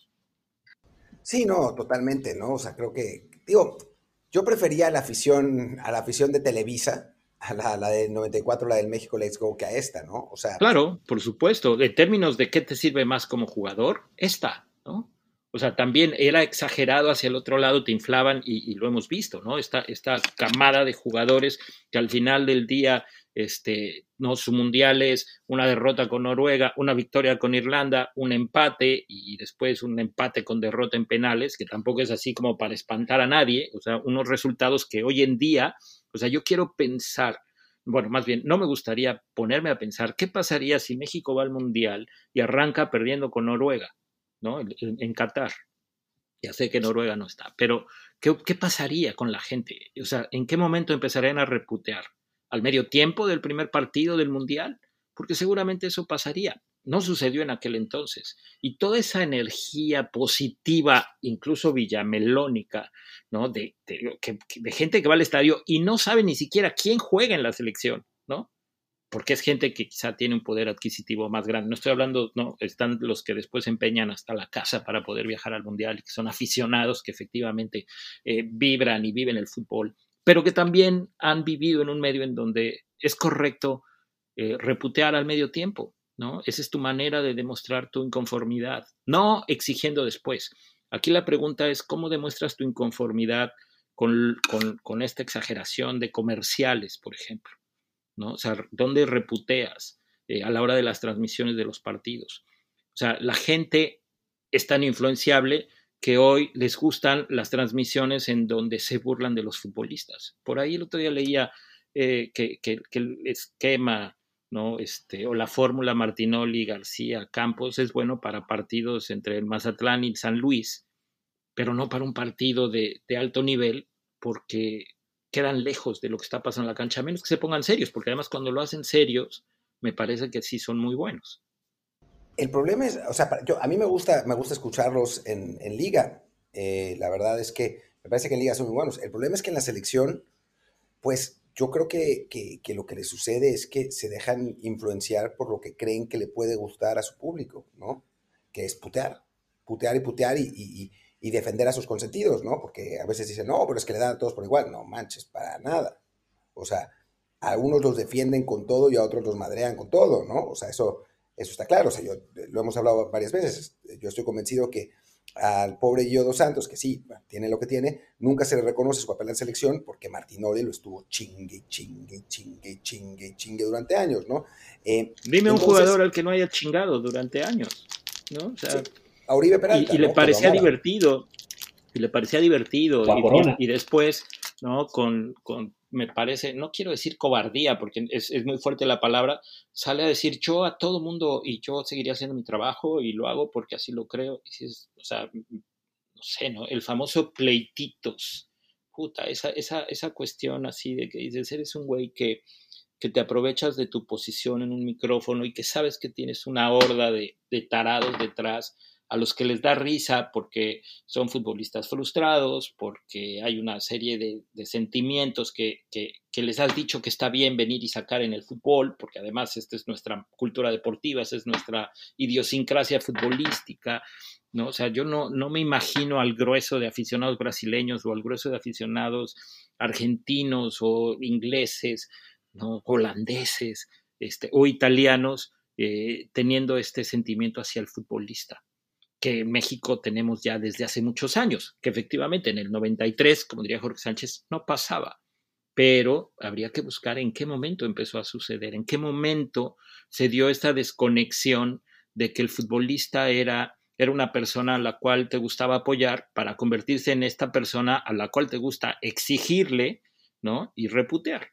Sí, no, totalmente, ¿no? O sea, creo que, digo, yo prefería a la afición de Televisa, a la del 94, la del México Let's Go, que a esta, ¿no? O sea, Claro, por supuesto. En términos de qué te sirve más como jugador, esta, ¿no? O sea, también era exagerado hacia el otro lado, te inflaban y lo hemos visto, ¿no? Esta camada de jugadores que al final del día, no, su mundial es una derrota con Noruega, una victoria con Irlanda, un empate y después un empate con derrota en penales, que tampoco es así como para espantar a nadie, o sea, unos resultados que hoy en día, o sea, yo quiero pensar, bueno, más bien, no me gustaría ponerme a pensar qué pasaría si México va al Mundial y arranca perdiendo con Noruega, ¿no? En Qatar. Ya sé que Noruega no está, pero ¿qué pasaría con la gente? O sea, ¿en qué momento empezarían a reputear? ¿Al medio tiempo del primer partido del Mundial? Porque seguramente eso pasaría. No sucedió en aquel entonces. Y toda esa energía positiva, incluso villamelónica, ¿no? De gente que va al estadio y no sabe ni siquiera quién juega en la selección, ¿no? Porque es gente que quizá tiene un poder adquisitivo más grande. No estoy hablando, no, están los que después empeñan hasta la casa para poder viajar al Mundial, que son aficionados que efectivamente vibran y viven el fútbol, pero que también han vivido en un medio en donde es correcto reputear al medio tiempo, ¿no? Esa es tu manera de demostrar tu inconformidad, no exigiendo después. Aquí la pregunta es, ¿cómo demuestras tu inconformidad con esta exageración de comerciales, por ejemplo? ¿No? O sea, ¿dónde reputeas a la hora de las transmisiones de los partidos? O sea, la gente es tan influenciable que hoy les gustan las transmisiones en donde se burlan de los futbolistas. Por ahí el otro día leía que el esquema, ¿no? O la fórmula Martinoli, García, Campos es bueno para partidos entre el Mazatlán y San Luis, pero no para un partido de alto nivel, porque quedan lejos de lo que está pasando en la cancha, a menos que se pongan serios, porque además cuando lo hacen serios, me parece que sí son muy buenos. el problema es, o sea, a mí me gusta escucharlos en liga. La verdad es que me parece que en liga son muy buenos. El problema es que en la selección, pues yo creo que lo que les sucede es que se dejan influenciar por lo que creen que le puede gustar a su público, ¿no? Que es putear, putear y putear y defender a sus consentidos, ¿no? Porque a veces dicen, no, pero es que le dan a todos por igual. No manches, para nada. O sea, A unos los defienden con todo y a otros los madrean con todo, ¿no? O sea, eso está claro. O sea, lo hemos hablado varias veces. Yo estoy convencido que al pobre Gio dos Santos, que sí, tiene lo que tiene, nunca se le reconoce su papel en selección porque Martinoli lo estuvo chingue durante años, ¿no? Dime un Entonces, jugador al que no haya chingado durante años, ¿no? O sea, sí, a Oribe Peralta, y le ¿no? Que lo parecía amaba. divertido, O a Corona. y después, ¿no? Me parece, no quiero decir cobardía, porque es muy fuerte la palabra, sale a decir yo a todo mundo y yo seguiría haciendo mi trabajo y lo hago porque así lo creo. Y si es, o sea, no sé, ¿no? El famoso pleititos. Puta, esa cuestión así de que dices, eres un güey que te aprovechas de tu posición en un micrófono y que sabes que tienes una horda de tarados detrás a los que les da risa porque son futbolistas frustrados, porque hay una serie de sentimientos que les has dicho que está bien venir y sacar en el fútbol, porque además esta es nuestra cultura deportiva, esta es nuestra idiosincrasia futbolística, ¿no? O sea, yo no me imagino al grueso de aficionados brasileños o al grueso de aficionados argentinos o ingleses, ¿no? Holandeses o italianos teniendo este sentimiento hacia el futbolista que en México tenemos ya desde hace muchos años, que efectivamente en el 93, como diría Jorge Sánchez, no pasaba, pero habría que buscar en qué momento empezó a suceder, en qué momento se dio esta desconexión de que el futbolista era una persona a la cual te gustaba apoyar para convertirse en esta persona a la cual te gusta exigirle, ¿no? Y reputear.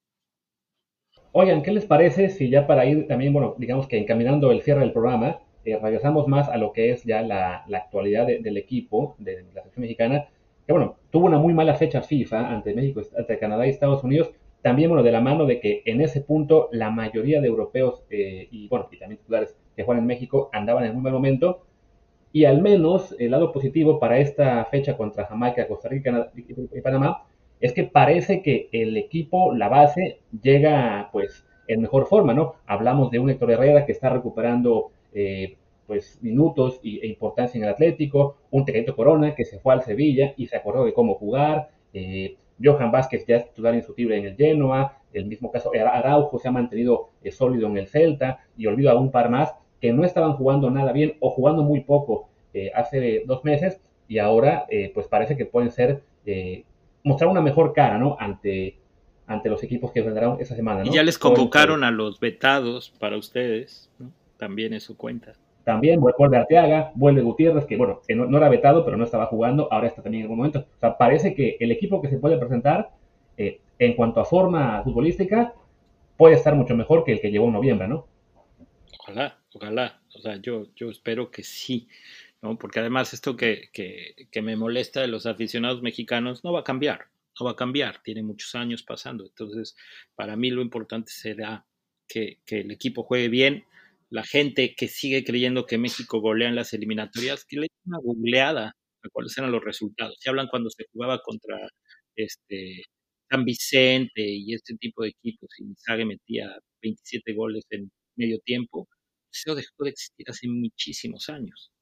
Oigan, ¿qué les parece si ya para ir también, bueno, digamos que encaminando el cierre del programa, regresamos más a lo que es ya la actualidad del equipo, de la selección mexicana, que bueno, tuvo una muy mala fecha FIFA ante México, ante Canadá y Estados Unidos, también, bueno, de la mano de que en ese punto la mayoría de europeos y, bueno, y también titulares que juegan en México andaban en un buen momento, y al menos el lado positivo para esta fecha contra Jamaica, Costa Rica y Panamá es que parece que el equipo, la base, llega pues en mejor forma, ¿no? Hablamos de un Héctor Herrera que está recuperando pues minutos e importancia en el Atlético, un Tecatito Corona que se fue al Sevilla y se acordó de cómo jugar, Johan Vázquez ya es titular indiscutible en el Genoa, el mismo caso Araujo se ha mantenido sólido en el Celta y olvido a un par más que no estaban jugando nada bien o jugando muy poco hace 2 meses y ahora pues parece que pueden ser mostrar una mejor cara, ¿no? Ante los equipos que vendrán esa semana, Y ya ¿no? les ¿Cómo ven ustedes? convocaron a los vetados para ustedes, ¿no? También eso cuenta. También vuelve Arteaga, vuelve Gutiérrez, que bueno, que no era vetado, pero no estaba jugando, ahora está también en algún momento. O sea, parece que el equipo que se puede presentar, en cuanto a forma futbolística, puede estar mucho mejor que el que llegó en noviembre, ¿no? Ojalá, ojalá. O sea, yo espero que sí, ¿no? Porque además esto que me molesta de los aficionados mexicanos no va a cambiar, no va a cambiar. Tiene muchos años pasando. Entonces, para mí lo importante será que el equipo juegue bien. La gente que sigue creyendo que México golea en las eliminatorias, que le echen una googleada a cuáles eran los resultados. Se hablan cuando se jugaba contra este San Vicente y este tipo de equipos y Sague metía 27 goles en medio tiempo. Eso dejó de existir hace muchísimos años.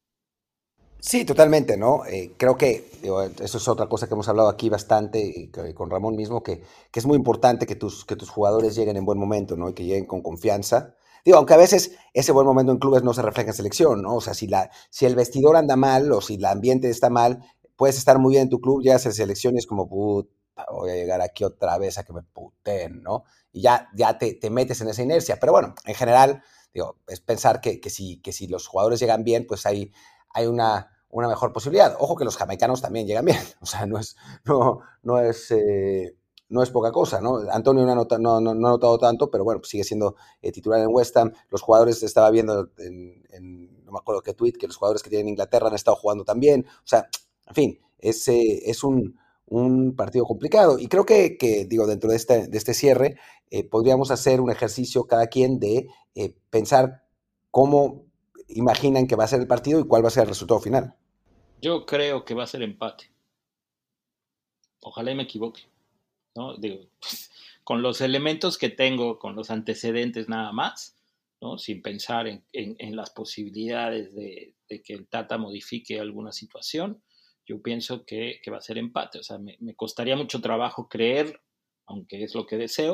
Sí, totalmente, ¿no? Creo que digo, eso es otra cosa que hemos hablado aquí bastante y con Ramón mismo, que es muy importante que tus jugadores lleguen en buen momento, ¿no? Y que lleguen con confianza. Digo, aunque a veces ese buen momento en clubes no se refleja en selección, ¿no? O sea, si el vestidor anda mal o si el ambiente está mal, puedes estar muy bien en tu club, llegas a selección y es como, puta, voy a llegar aquí otra vez a que me puteen, ¿no? Y ya te metes en esa inercia. Pero bueno, en general, digo, es pensar que si los jugadores llegan bien, pues hay una mejor posibilidad. Ojo que los jamaicanos también llegan bien, o sea, no es poca cosa, ¿no? Antonio no ha notado tanto, pero bueno, pues sigue siendo titular en West Ham. Los jugadores, estaba viendo no me acuerdo qué tweet, que los jugadores que tienen Inglaterra han estado jugando también. O sea, en fin, es un partido complicado. Y creo que digo, dentro de este cierre, podríamos hacer un ejercicio cada quien de pensar cómo imaginan que va a ser el partido y cuál va a ser el resultado final. Yo creo que va a ser empate. Ojalá y me equivoque, ¿no? Digo, pues, con los elementos que tengo, con los antecedentes nada más, ¿no? Sin pensar en las posibilidades de que el Tata modifique alguna situación, yo pienso que va a ser empate. O sea, me costaría mucho trabajo creer, aunque es lo que deseo,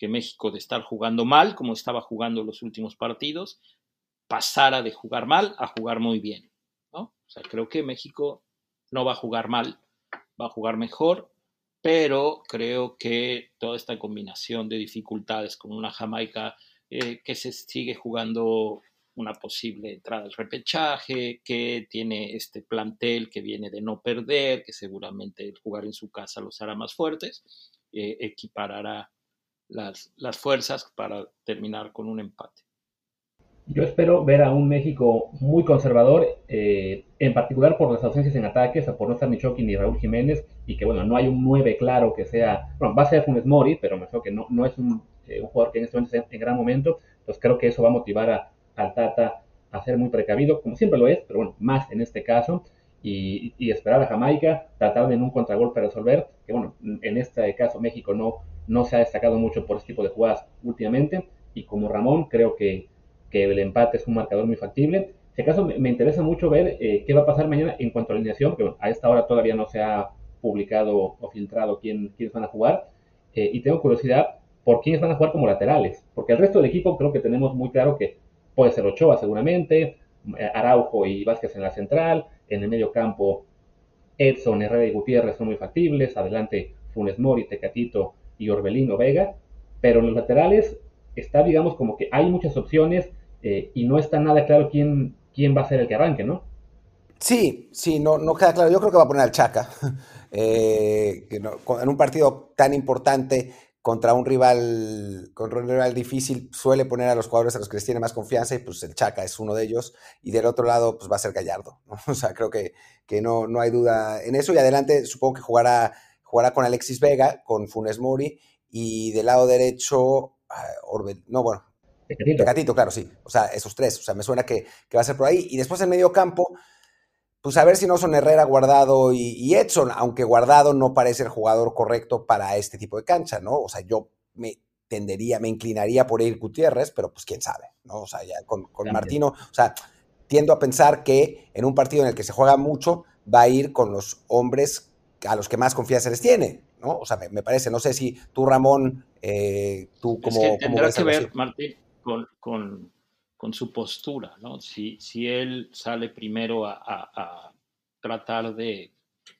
que México, de estar jugando mal, como estaba jugando los últimos partidos, pasara de jugar mal a jugar muy bien, ¿no? O sea, creo que México no va a jugar mal, va a jugar mejor, pero creo que toda esta combinación de dificultades con una Jamaica que se sigue jugando una posible entrada al repechaje, que tiene este plantel que viene de no perder, que seguramente el jugar en su casa los hará más fuertes, equiparará las fuerzas para terminar con un empate. Yo espero ver a un México muy conservador, en particular por las ausencias en ataques, o por no estar ni Chucky ni Raúl Jiménez, y que bueno, no hay un 9 claro que sea, bueno, va a ser Funes Mori, pero me creo que no es un jugador que en este momento esté en gran momento, entonces creo que eso va a motivar al Tata a ser muy precavido, como siempre lo es, pero bueno, más en este caso, y esperar a Jamaica, tratar de en un contragolpe resolver, que bueno, en este caso México no se ha destacado mucho por este tipo de jugadas últimamente, y como Ramón, creo que el empate es un marcador muy factible. Si acaso me interesa mucho ver qué va a pasar mañana en cuanto a la alineación, que bueno, a esta hora todavía no se ha publicado o filtrado quiénes van a jugar, y tengo curiosidad por quiénes van a jugar como laterales, porque el resto del equipo creo que tenemos muy claro que puede ser Ochoa seguramente, Araujo y Vázquez en la central, en el medio campo Edson, Herrera y Gutiérrez son muy factibles, adelante Funes Mori, Tecatito y Orbelín o Vega, pero en los laterales está, digamos, como que hay muchas opciones, y no está nada claro quién va a ser el que arranque, ¿no? Sí, sí, no queda claro. Yo creo que va a poner al Chaca. En un partido tan importante contra un rival difícil, suele poner a los jugadores a los que les tiene más confianza y pues el Chaca es uno de ellos. Y del otro lado, pues va a ser Gallardo, ¿no? O sea, creo que no hay duda en eso. Y adelante, supongo que jugará con Alexis Vega, con Funes Mori. Y del lado derecho, no, bueno, Tecatito. Tecatito, claro, sí. O sea, esos tres. O sea, me suena que va a ser por ahí. Y después en medio campo pues a ver si no son Herrera, Guardado y Edson, aunque Guardado no parece el jugador correcto para este tipo de cancha, ¿no? O sea, yo me inclinaría por ir Gutiérrez, pero pues quién sabe, ¿no? O sea, ya con También. Martino, o sea, tiendo a pensar que en un partido en el que se juega mucho, va a ir con los hombres a los que más confianza les tiene, ¿no? O sea, me parece, no sé si tú, Ramón, tú Es que cómo tendrá ves que algo así. ver, Martín, con su postura, ¿no? Si él sale primero a tratar de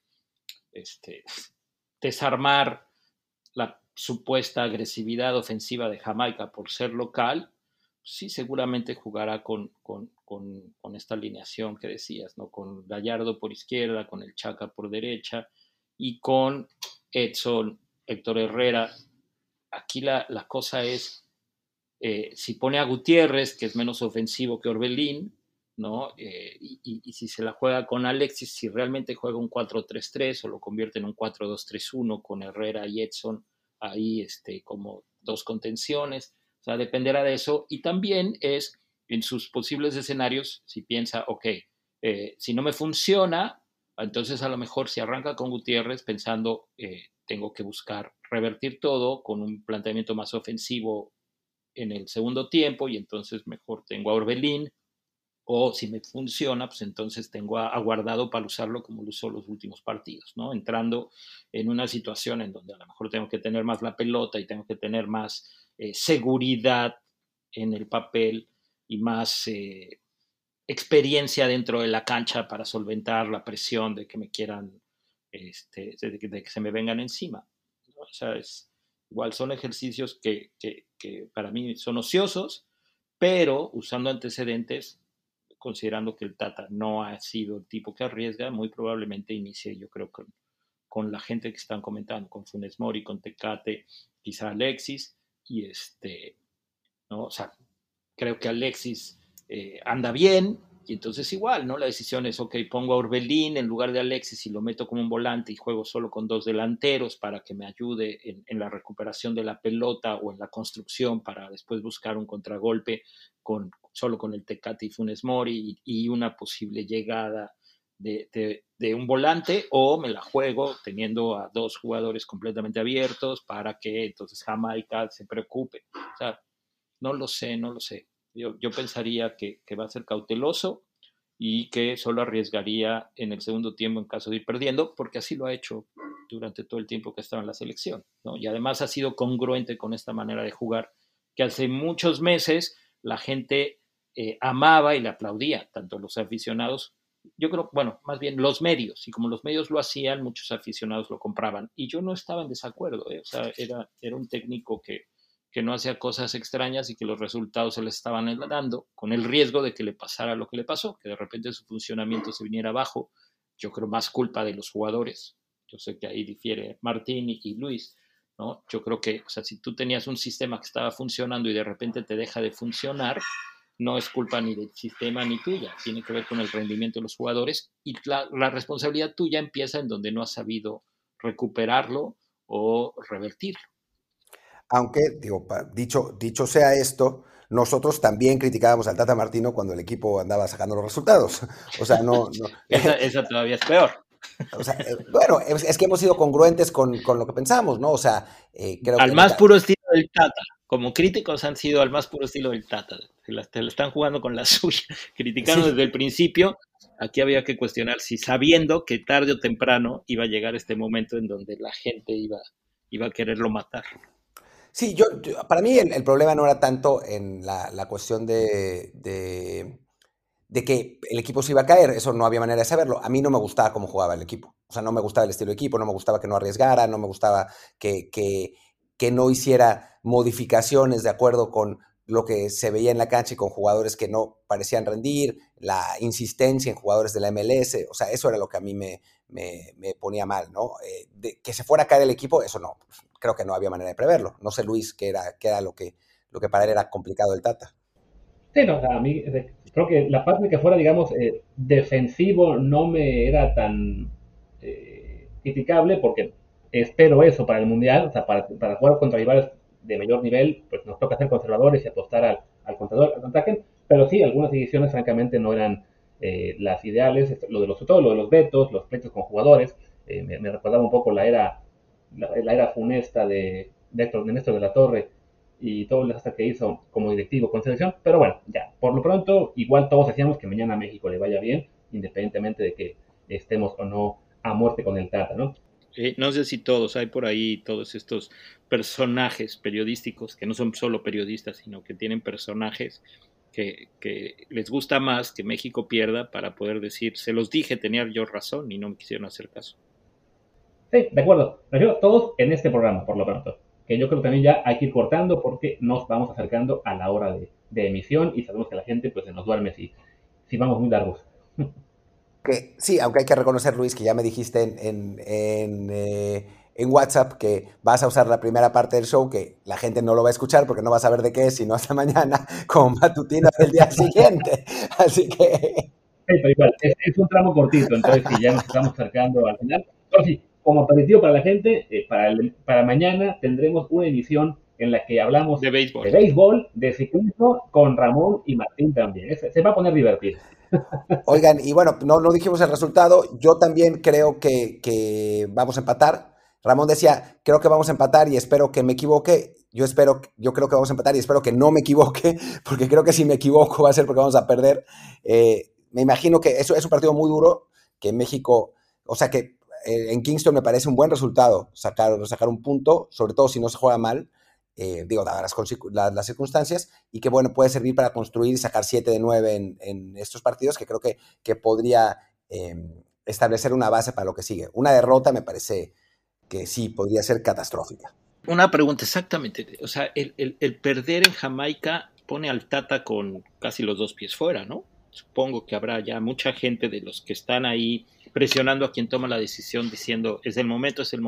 este, desarmar la supuesta agresividad ofensiva de Jamaica por ser local, sí seguramente jugará con esta alineación que decías, ¿no? Con Gallardo por izquierda, con el Chaca por derecha y con Edson, Héctor Herrera. Aquí la cosa es, si pone a Gutiérrez, que es menos ofensivo que Orbelín, ¿no? Y si se la juega con Alexis, si realmente juega un 4-3-3 o lo convierte en un 4-2-3-1 con Herrera y Edson ahí como dos contenciones, o sea, dependerá de eso. Y también es en sus posibles escenarios, si piensa, ok, si no me funciona, entonces a lo mejor si arranca con Gutiérrez pensando, tengo que buscar revertir todo con un planteamiento más ofensivo en el segundo tiempo y entonces mejor tengo a Orbelín o si me funciona, pues entonces tengo a Guardado para usarlo como lo usó los últimos partidos, ¿no? Entrando en una situación en donde a lo mejor tengo que tener más la pelota y tengo que tener más seguridad en el papel y más experiencia dentro de la cancha para solventar la presión de que me quieran, de que se me vengan encima, ¿no? O sea, igual son ejercicios que para mí son ociosos, pero usando antecedentes, considerando que el Tata no ha sido el tipo que arriesga, muy probablemente inicie, yo creo, con la gente que están comentando, con Funes Mori, con Tecate, quizá Alexis, y ¿no? O sea, creo que Alexis anda bien, y entonces igual, ¿no? La decisión es, ok, pongo a Orbelín en lugar de Alexis y lo meto como un volante y juego solo con dos delanteros para que me ayude en la recuperación de la pelota o en la construcción para después buscar un contragolpe solo con el Tecate y Funes Mori y una posible llegada de un volante, o me la juego teniendo a dos jugadores completamente abiertos para que entonces Jamaica se preocupe. O sea, no lo sé, no lo sé. Yo pensaría que va a ser cauteloso y que solo arriesgaría en el segundo tiempo en caso de ir perdiendo, porque así lo ha hecho durante todo el tiempo que estaba en la selección, ¿no? Y además ha sido congruente con esta manera de jugar que hace muchos meses la gente amaba y le aplaudía, tanto los aficionados, yo creo, bueno, más bien los medios, y como los medios lo hacían, muchos aficionados lo compraban, y yo no estaba en desacuerdo, o sea, era un técnico que no hacía cosas extrañas y que los resultados se les estaban dando, con el riesgo de que le pasara lo que le pasó, que de repente su funcionamiento se viniera abajo. Yo creo más culpa de los jugadores. Yo sé que ahí difiere Martín y Luis, ¿no? Yo creo que, o sea, si tú tenías un sistema que estaba funcionando y de repente te deja de funcionar, no es culpa ni del sistema ni tuya, tiene que ver con el rendimiento de los jugadores y la responsabilidad tuya empieza en donde no has sabido recuperarlo o revertirlo. Aunque, digo, dicho sea esto, nosotros también criticábamos al Tata Martino cuando el equipo andaba sacando los resultados. O sea, no. Esa todavía es peor. O sea, bueno, es que hemos sido congruentes con lo que pensamos, ¿no? O sea, creo al que más puro estilo del Tata. Como críticos han sido al más puro estilo del Tata. Se la están jugando con la suya. Criticando desde el principio. Aquí había que cuestionar si sabiendo que tarde o temprano iba a llegar este momento en donde la gente iba a quererlo matar. Sí, para mí el problema no era tanto en la cuestión de que el equipo se iba a caer, eso no había manera de saberlo. A mí no me gustaba cómo jugaba el equipo. O sea, no me gustaba el estilo de equipo, no me gustaba que no arriesgara, no me gustaba que no hiciera modificaciones de acuerdo con lo que se veía en la cancha y con jugadores que no parecían rendir, la insistencia en jugadores de la MLS, o sea, eso era lo que a mí me ponía mal, ¿no? Que se fuera a caer el equipo, eso no, creo que no había manera de preverlo. No sé, Luis, qué era lo que para él era complicado el Tata. Sí, no, o sea, a mí creo que la parte de que fuera, digamos, defensivo no me era tan criticable porque espero eso para el Mundial, o sea, para jugar contra rivales de mayor nivel, pues nos toca ser conservadores y apostar al contraataque, pero sí, algunas decisiones francamente no eran las ideales, todo lo de los vetos, los pleitos con jugadores, me recordaba un poco la era funesta de Néstor de la Torre y todo el desastre que hizo como directivo con selección, pero bueno, ya, por lo pronto, igual todos decíamos que mañana a México le vaya bien, independientemente de que estemos o no a muerte con el Tata, ¿no? No sé si todos, hay por ahí todos estos personajes periodísticos que no son solo periodistas, sino que tienen personajes que les gusta más que México pierda para poder decir, se los dije, tenía yo razón y no me quisieron hacer caso. Sí, de acuerdo, pero todos en este programa, por lo pronto, que yo creo que también ya hay que ir cortando porque nos vamos acercando a la hora de emisión y sabemos que la gente pues se nos duerme si vamos muy largos. Que sí, aunque hay que reconocer, Luis, que ya me dijiste en WhatsApp que vas a usar la primera parte del show, que la gente no lo va a escuchar porque no va a saber de qué es, sino hasta mañana, como matutino del día siguiente. Así que... Sí, pero igual, es un tramo cortito, entonces si ya nos estamos acercando al final. Pero sí, como aperitivo para la gente, para mañana tendremos una edición en la que hablamos de béisbol, de ciclismo, con Ramón y Martín también. Se va a poner divertido. Oigan, y bueno, no dijimos el resultado. Yo también creo que vamos a empatar. Ramón decía, creo que vamos a empatar y espero que me equivoque. Yo creo que vamos a empatar y espero que no me equivoque, porque creo que si me equivoco va a ser porque vamos a perder. Me imagino que eso es un partido muy duro, que México, o sea que en Kingston me parece un buen resultado sacar un punto, sobre todo si no se juega mal. Dadas las circunstancias, y que bueno, puede servir para construir y sacar 7 de 9 en estos partidos, que creo que podría establecer una base para lo que sigue. Una derrota me parece que sí, podría ser catastrófica. Una pregunta, exactamente. O sea, el perder en Jamaica pone al Tata con casi los dos pies fuera, ¿no? Supongo que habrá ya mucha gente de los que están ahí presionando a quien toma la decisión, diciendo, es el momento, se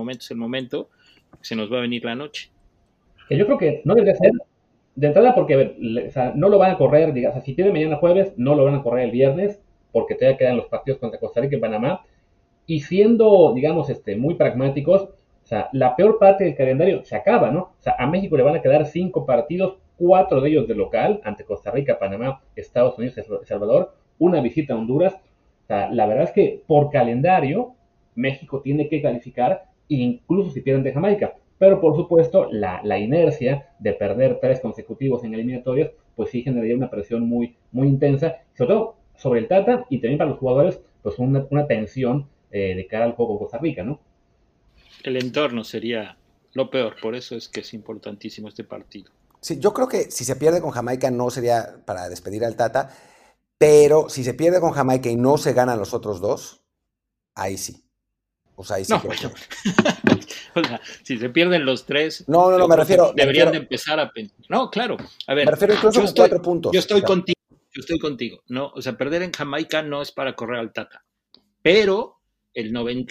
nos va a venir la noche. Que yo creo que no debe ser de entrada porque o sea, no lo van a correr, digamos, o sea, si tiene mañana jueves, no lo van a correr el viernes, porque todavía quedan los partidos contra Costa Rica y Panamá. Y siendo, digamos, muy pragmáticos, o sea, la peor parte del calendario se acaba, ¿no? O sea, a México le van a quedar 5 partidos, 4 de ellos de local, ante Costa Rica, Panamá, Estados Unidos, El Salvador, una visita a Honduras. O sea, la verdad es que por calendario, México tiene que calificar, incluso si pierden de Jamaica. Pero por supuesto, la inercia de perder 3 consecutivos en eliminatorias, pues sí generaría una presión muy, muy intensa, sobre todo sobre el Tata y también para los jugadores, pues una tensión de cara al juego con Costa Rica, ¿no? El entorno sería lo peor, por eso es que es importantísimo este partido. Sí, yo creo que si se pierde con Jamaica no sería para despedir al Tata, pero si se pierde con Jamaica y no se ganan los otros dos, ahí sí. O sea, ahí sí No, creo bueno. que... O sea, si se pierden los tres, No, yo me creo que refiero... deberían de empezar a pensar. No, claro. A ver, Me refiero incluso con 4 puntos. Yo estoy contigo. No, o sea, perder en Jamaica no es para correr al Tata. Pero el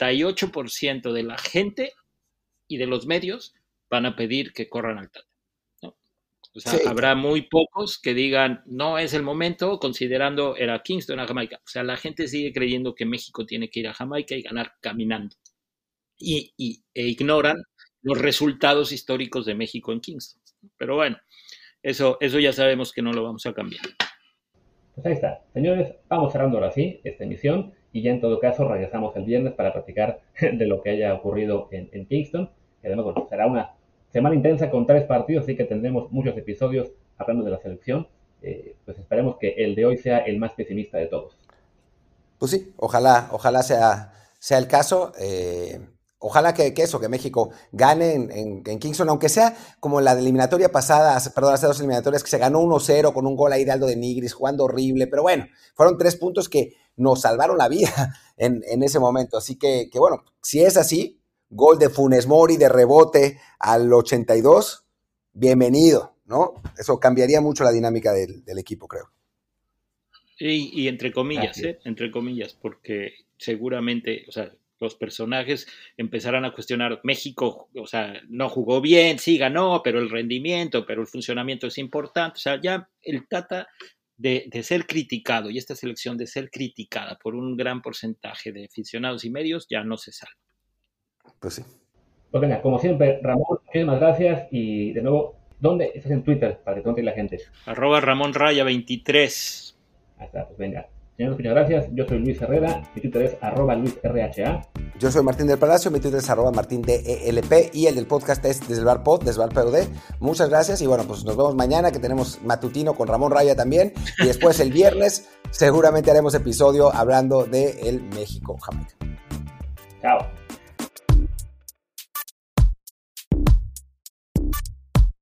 98% de la gente y de los medios van a pedir que corran al Tata, ¿no? O sea, Sí, habrá muy pocos que digan, no es el momento, considerando era Kingston a Jamaica. O sea, la gente sigue creyendo que México tiene que ir a Jamaica y ganar caminando. E ignoran los resultados históricos de México en Kingston. Pero bueno, eso ya sabemos que no lo vamos a cambiar. Pues ahí está. Señores, vamos cerrando ahora sí esta emisión y ya en todo caso regresamos el viernes para platicar de lo que haya ocurrido en Kingston. Y además, bueno, será una semana intensa con 3 partidos, así que tendremos muchos episodios hablando de la selección. Pues esperemos que el de hoy sea el más pesimista de todos. pues sí, ojalá sea el caso. Ojalá que México gane en Kingston, aunque sea como la eliminatoria pasada, hace 2 eliminatorias, que se ganó 1-0 con un gol ahí de Aldo de Nigris, jugando horrible, pero bueno, fueron 3 puntos que nos salvaron la vida en ese momento. Así que bueno, si es así, gol de Funes Mori de rebote al 82, bienvenido, ¿no? Eso cambiaría mucho la dinámica del equipo, creo. Y entre comillas, porque seguramente, o sea, los personajes empezarán a cuestionar México, o sea, no jugó bien, sí ganó, pero el rendimiento, pero el funcionamiento es importante. O sea, ya el Tata de ser criticado y esta selección de ser criticada por un gran porcentaje de aficionados y medios ya no se salva. Pues sí. Pues venga, como siempre, Ramón, muchísimas gracias y de nuevo, ¿dónde estás en Twitter para que te conte la gente? @RamonRaya23. Ahí está, pues venga. Señores, muchas gracias. Yo soy Luis Herrera, mi Twitter es @LuisRHA. Yo soy Martín del Palacio, mi Twitter es @MartinDELP y el del podcast es Desbar POD. Muchas gracias y bueno, pues nos vemos mañana que tenemos matutino con Ramón Raya también y después el viernes seguramente haremos episodio hablando de el México-Jamaica. Chao.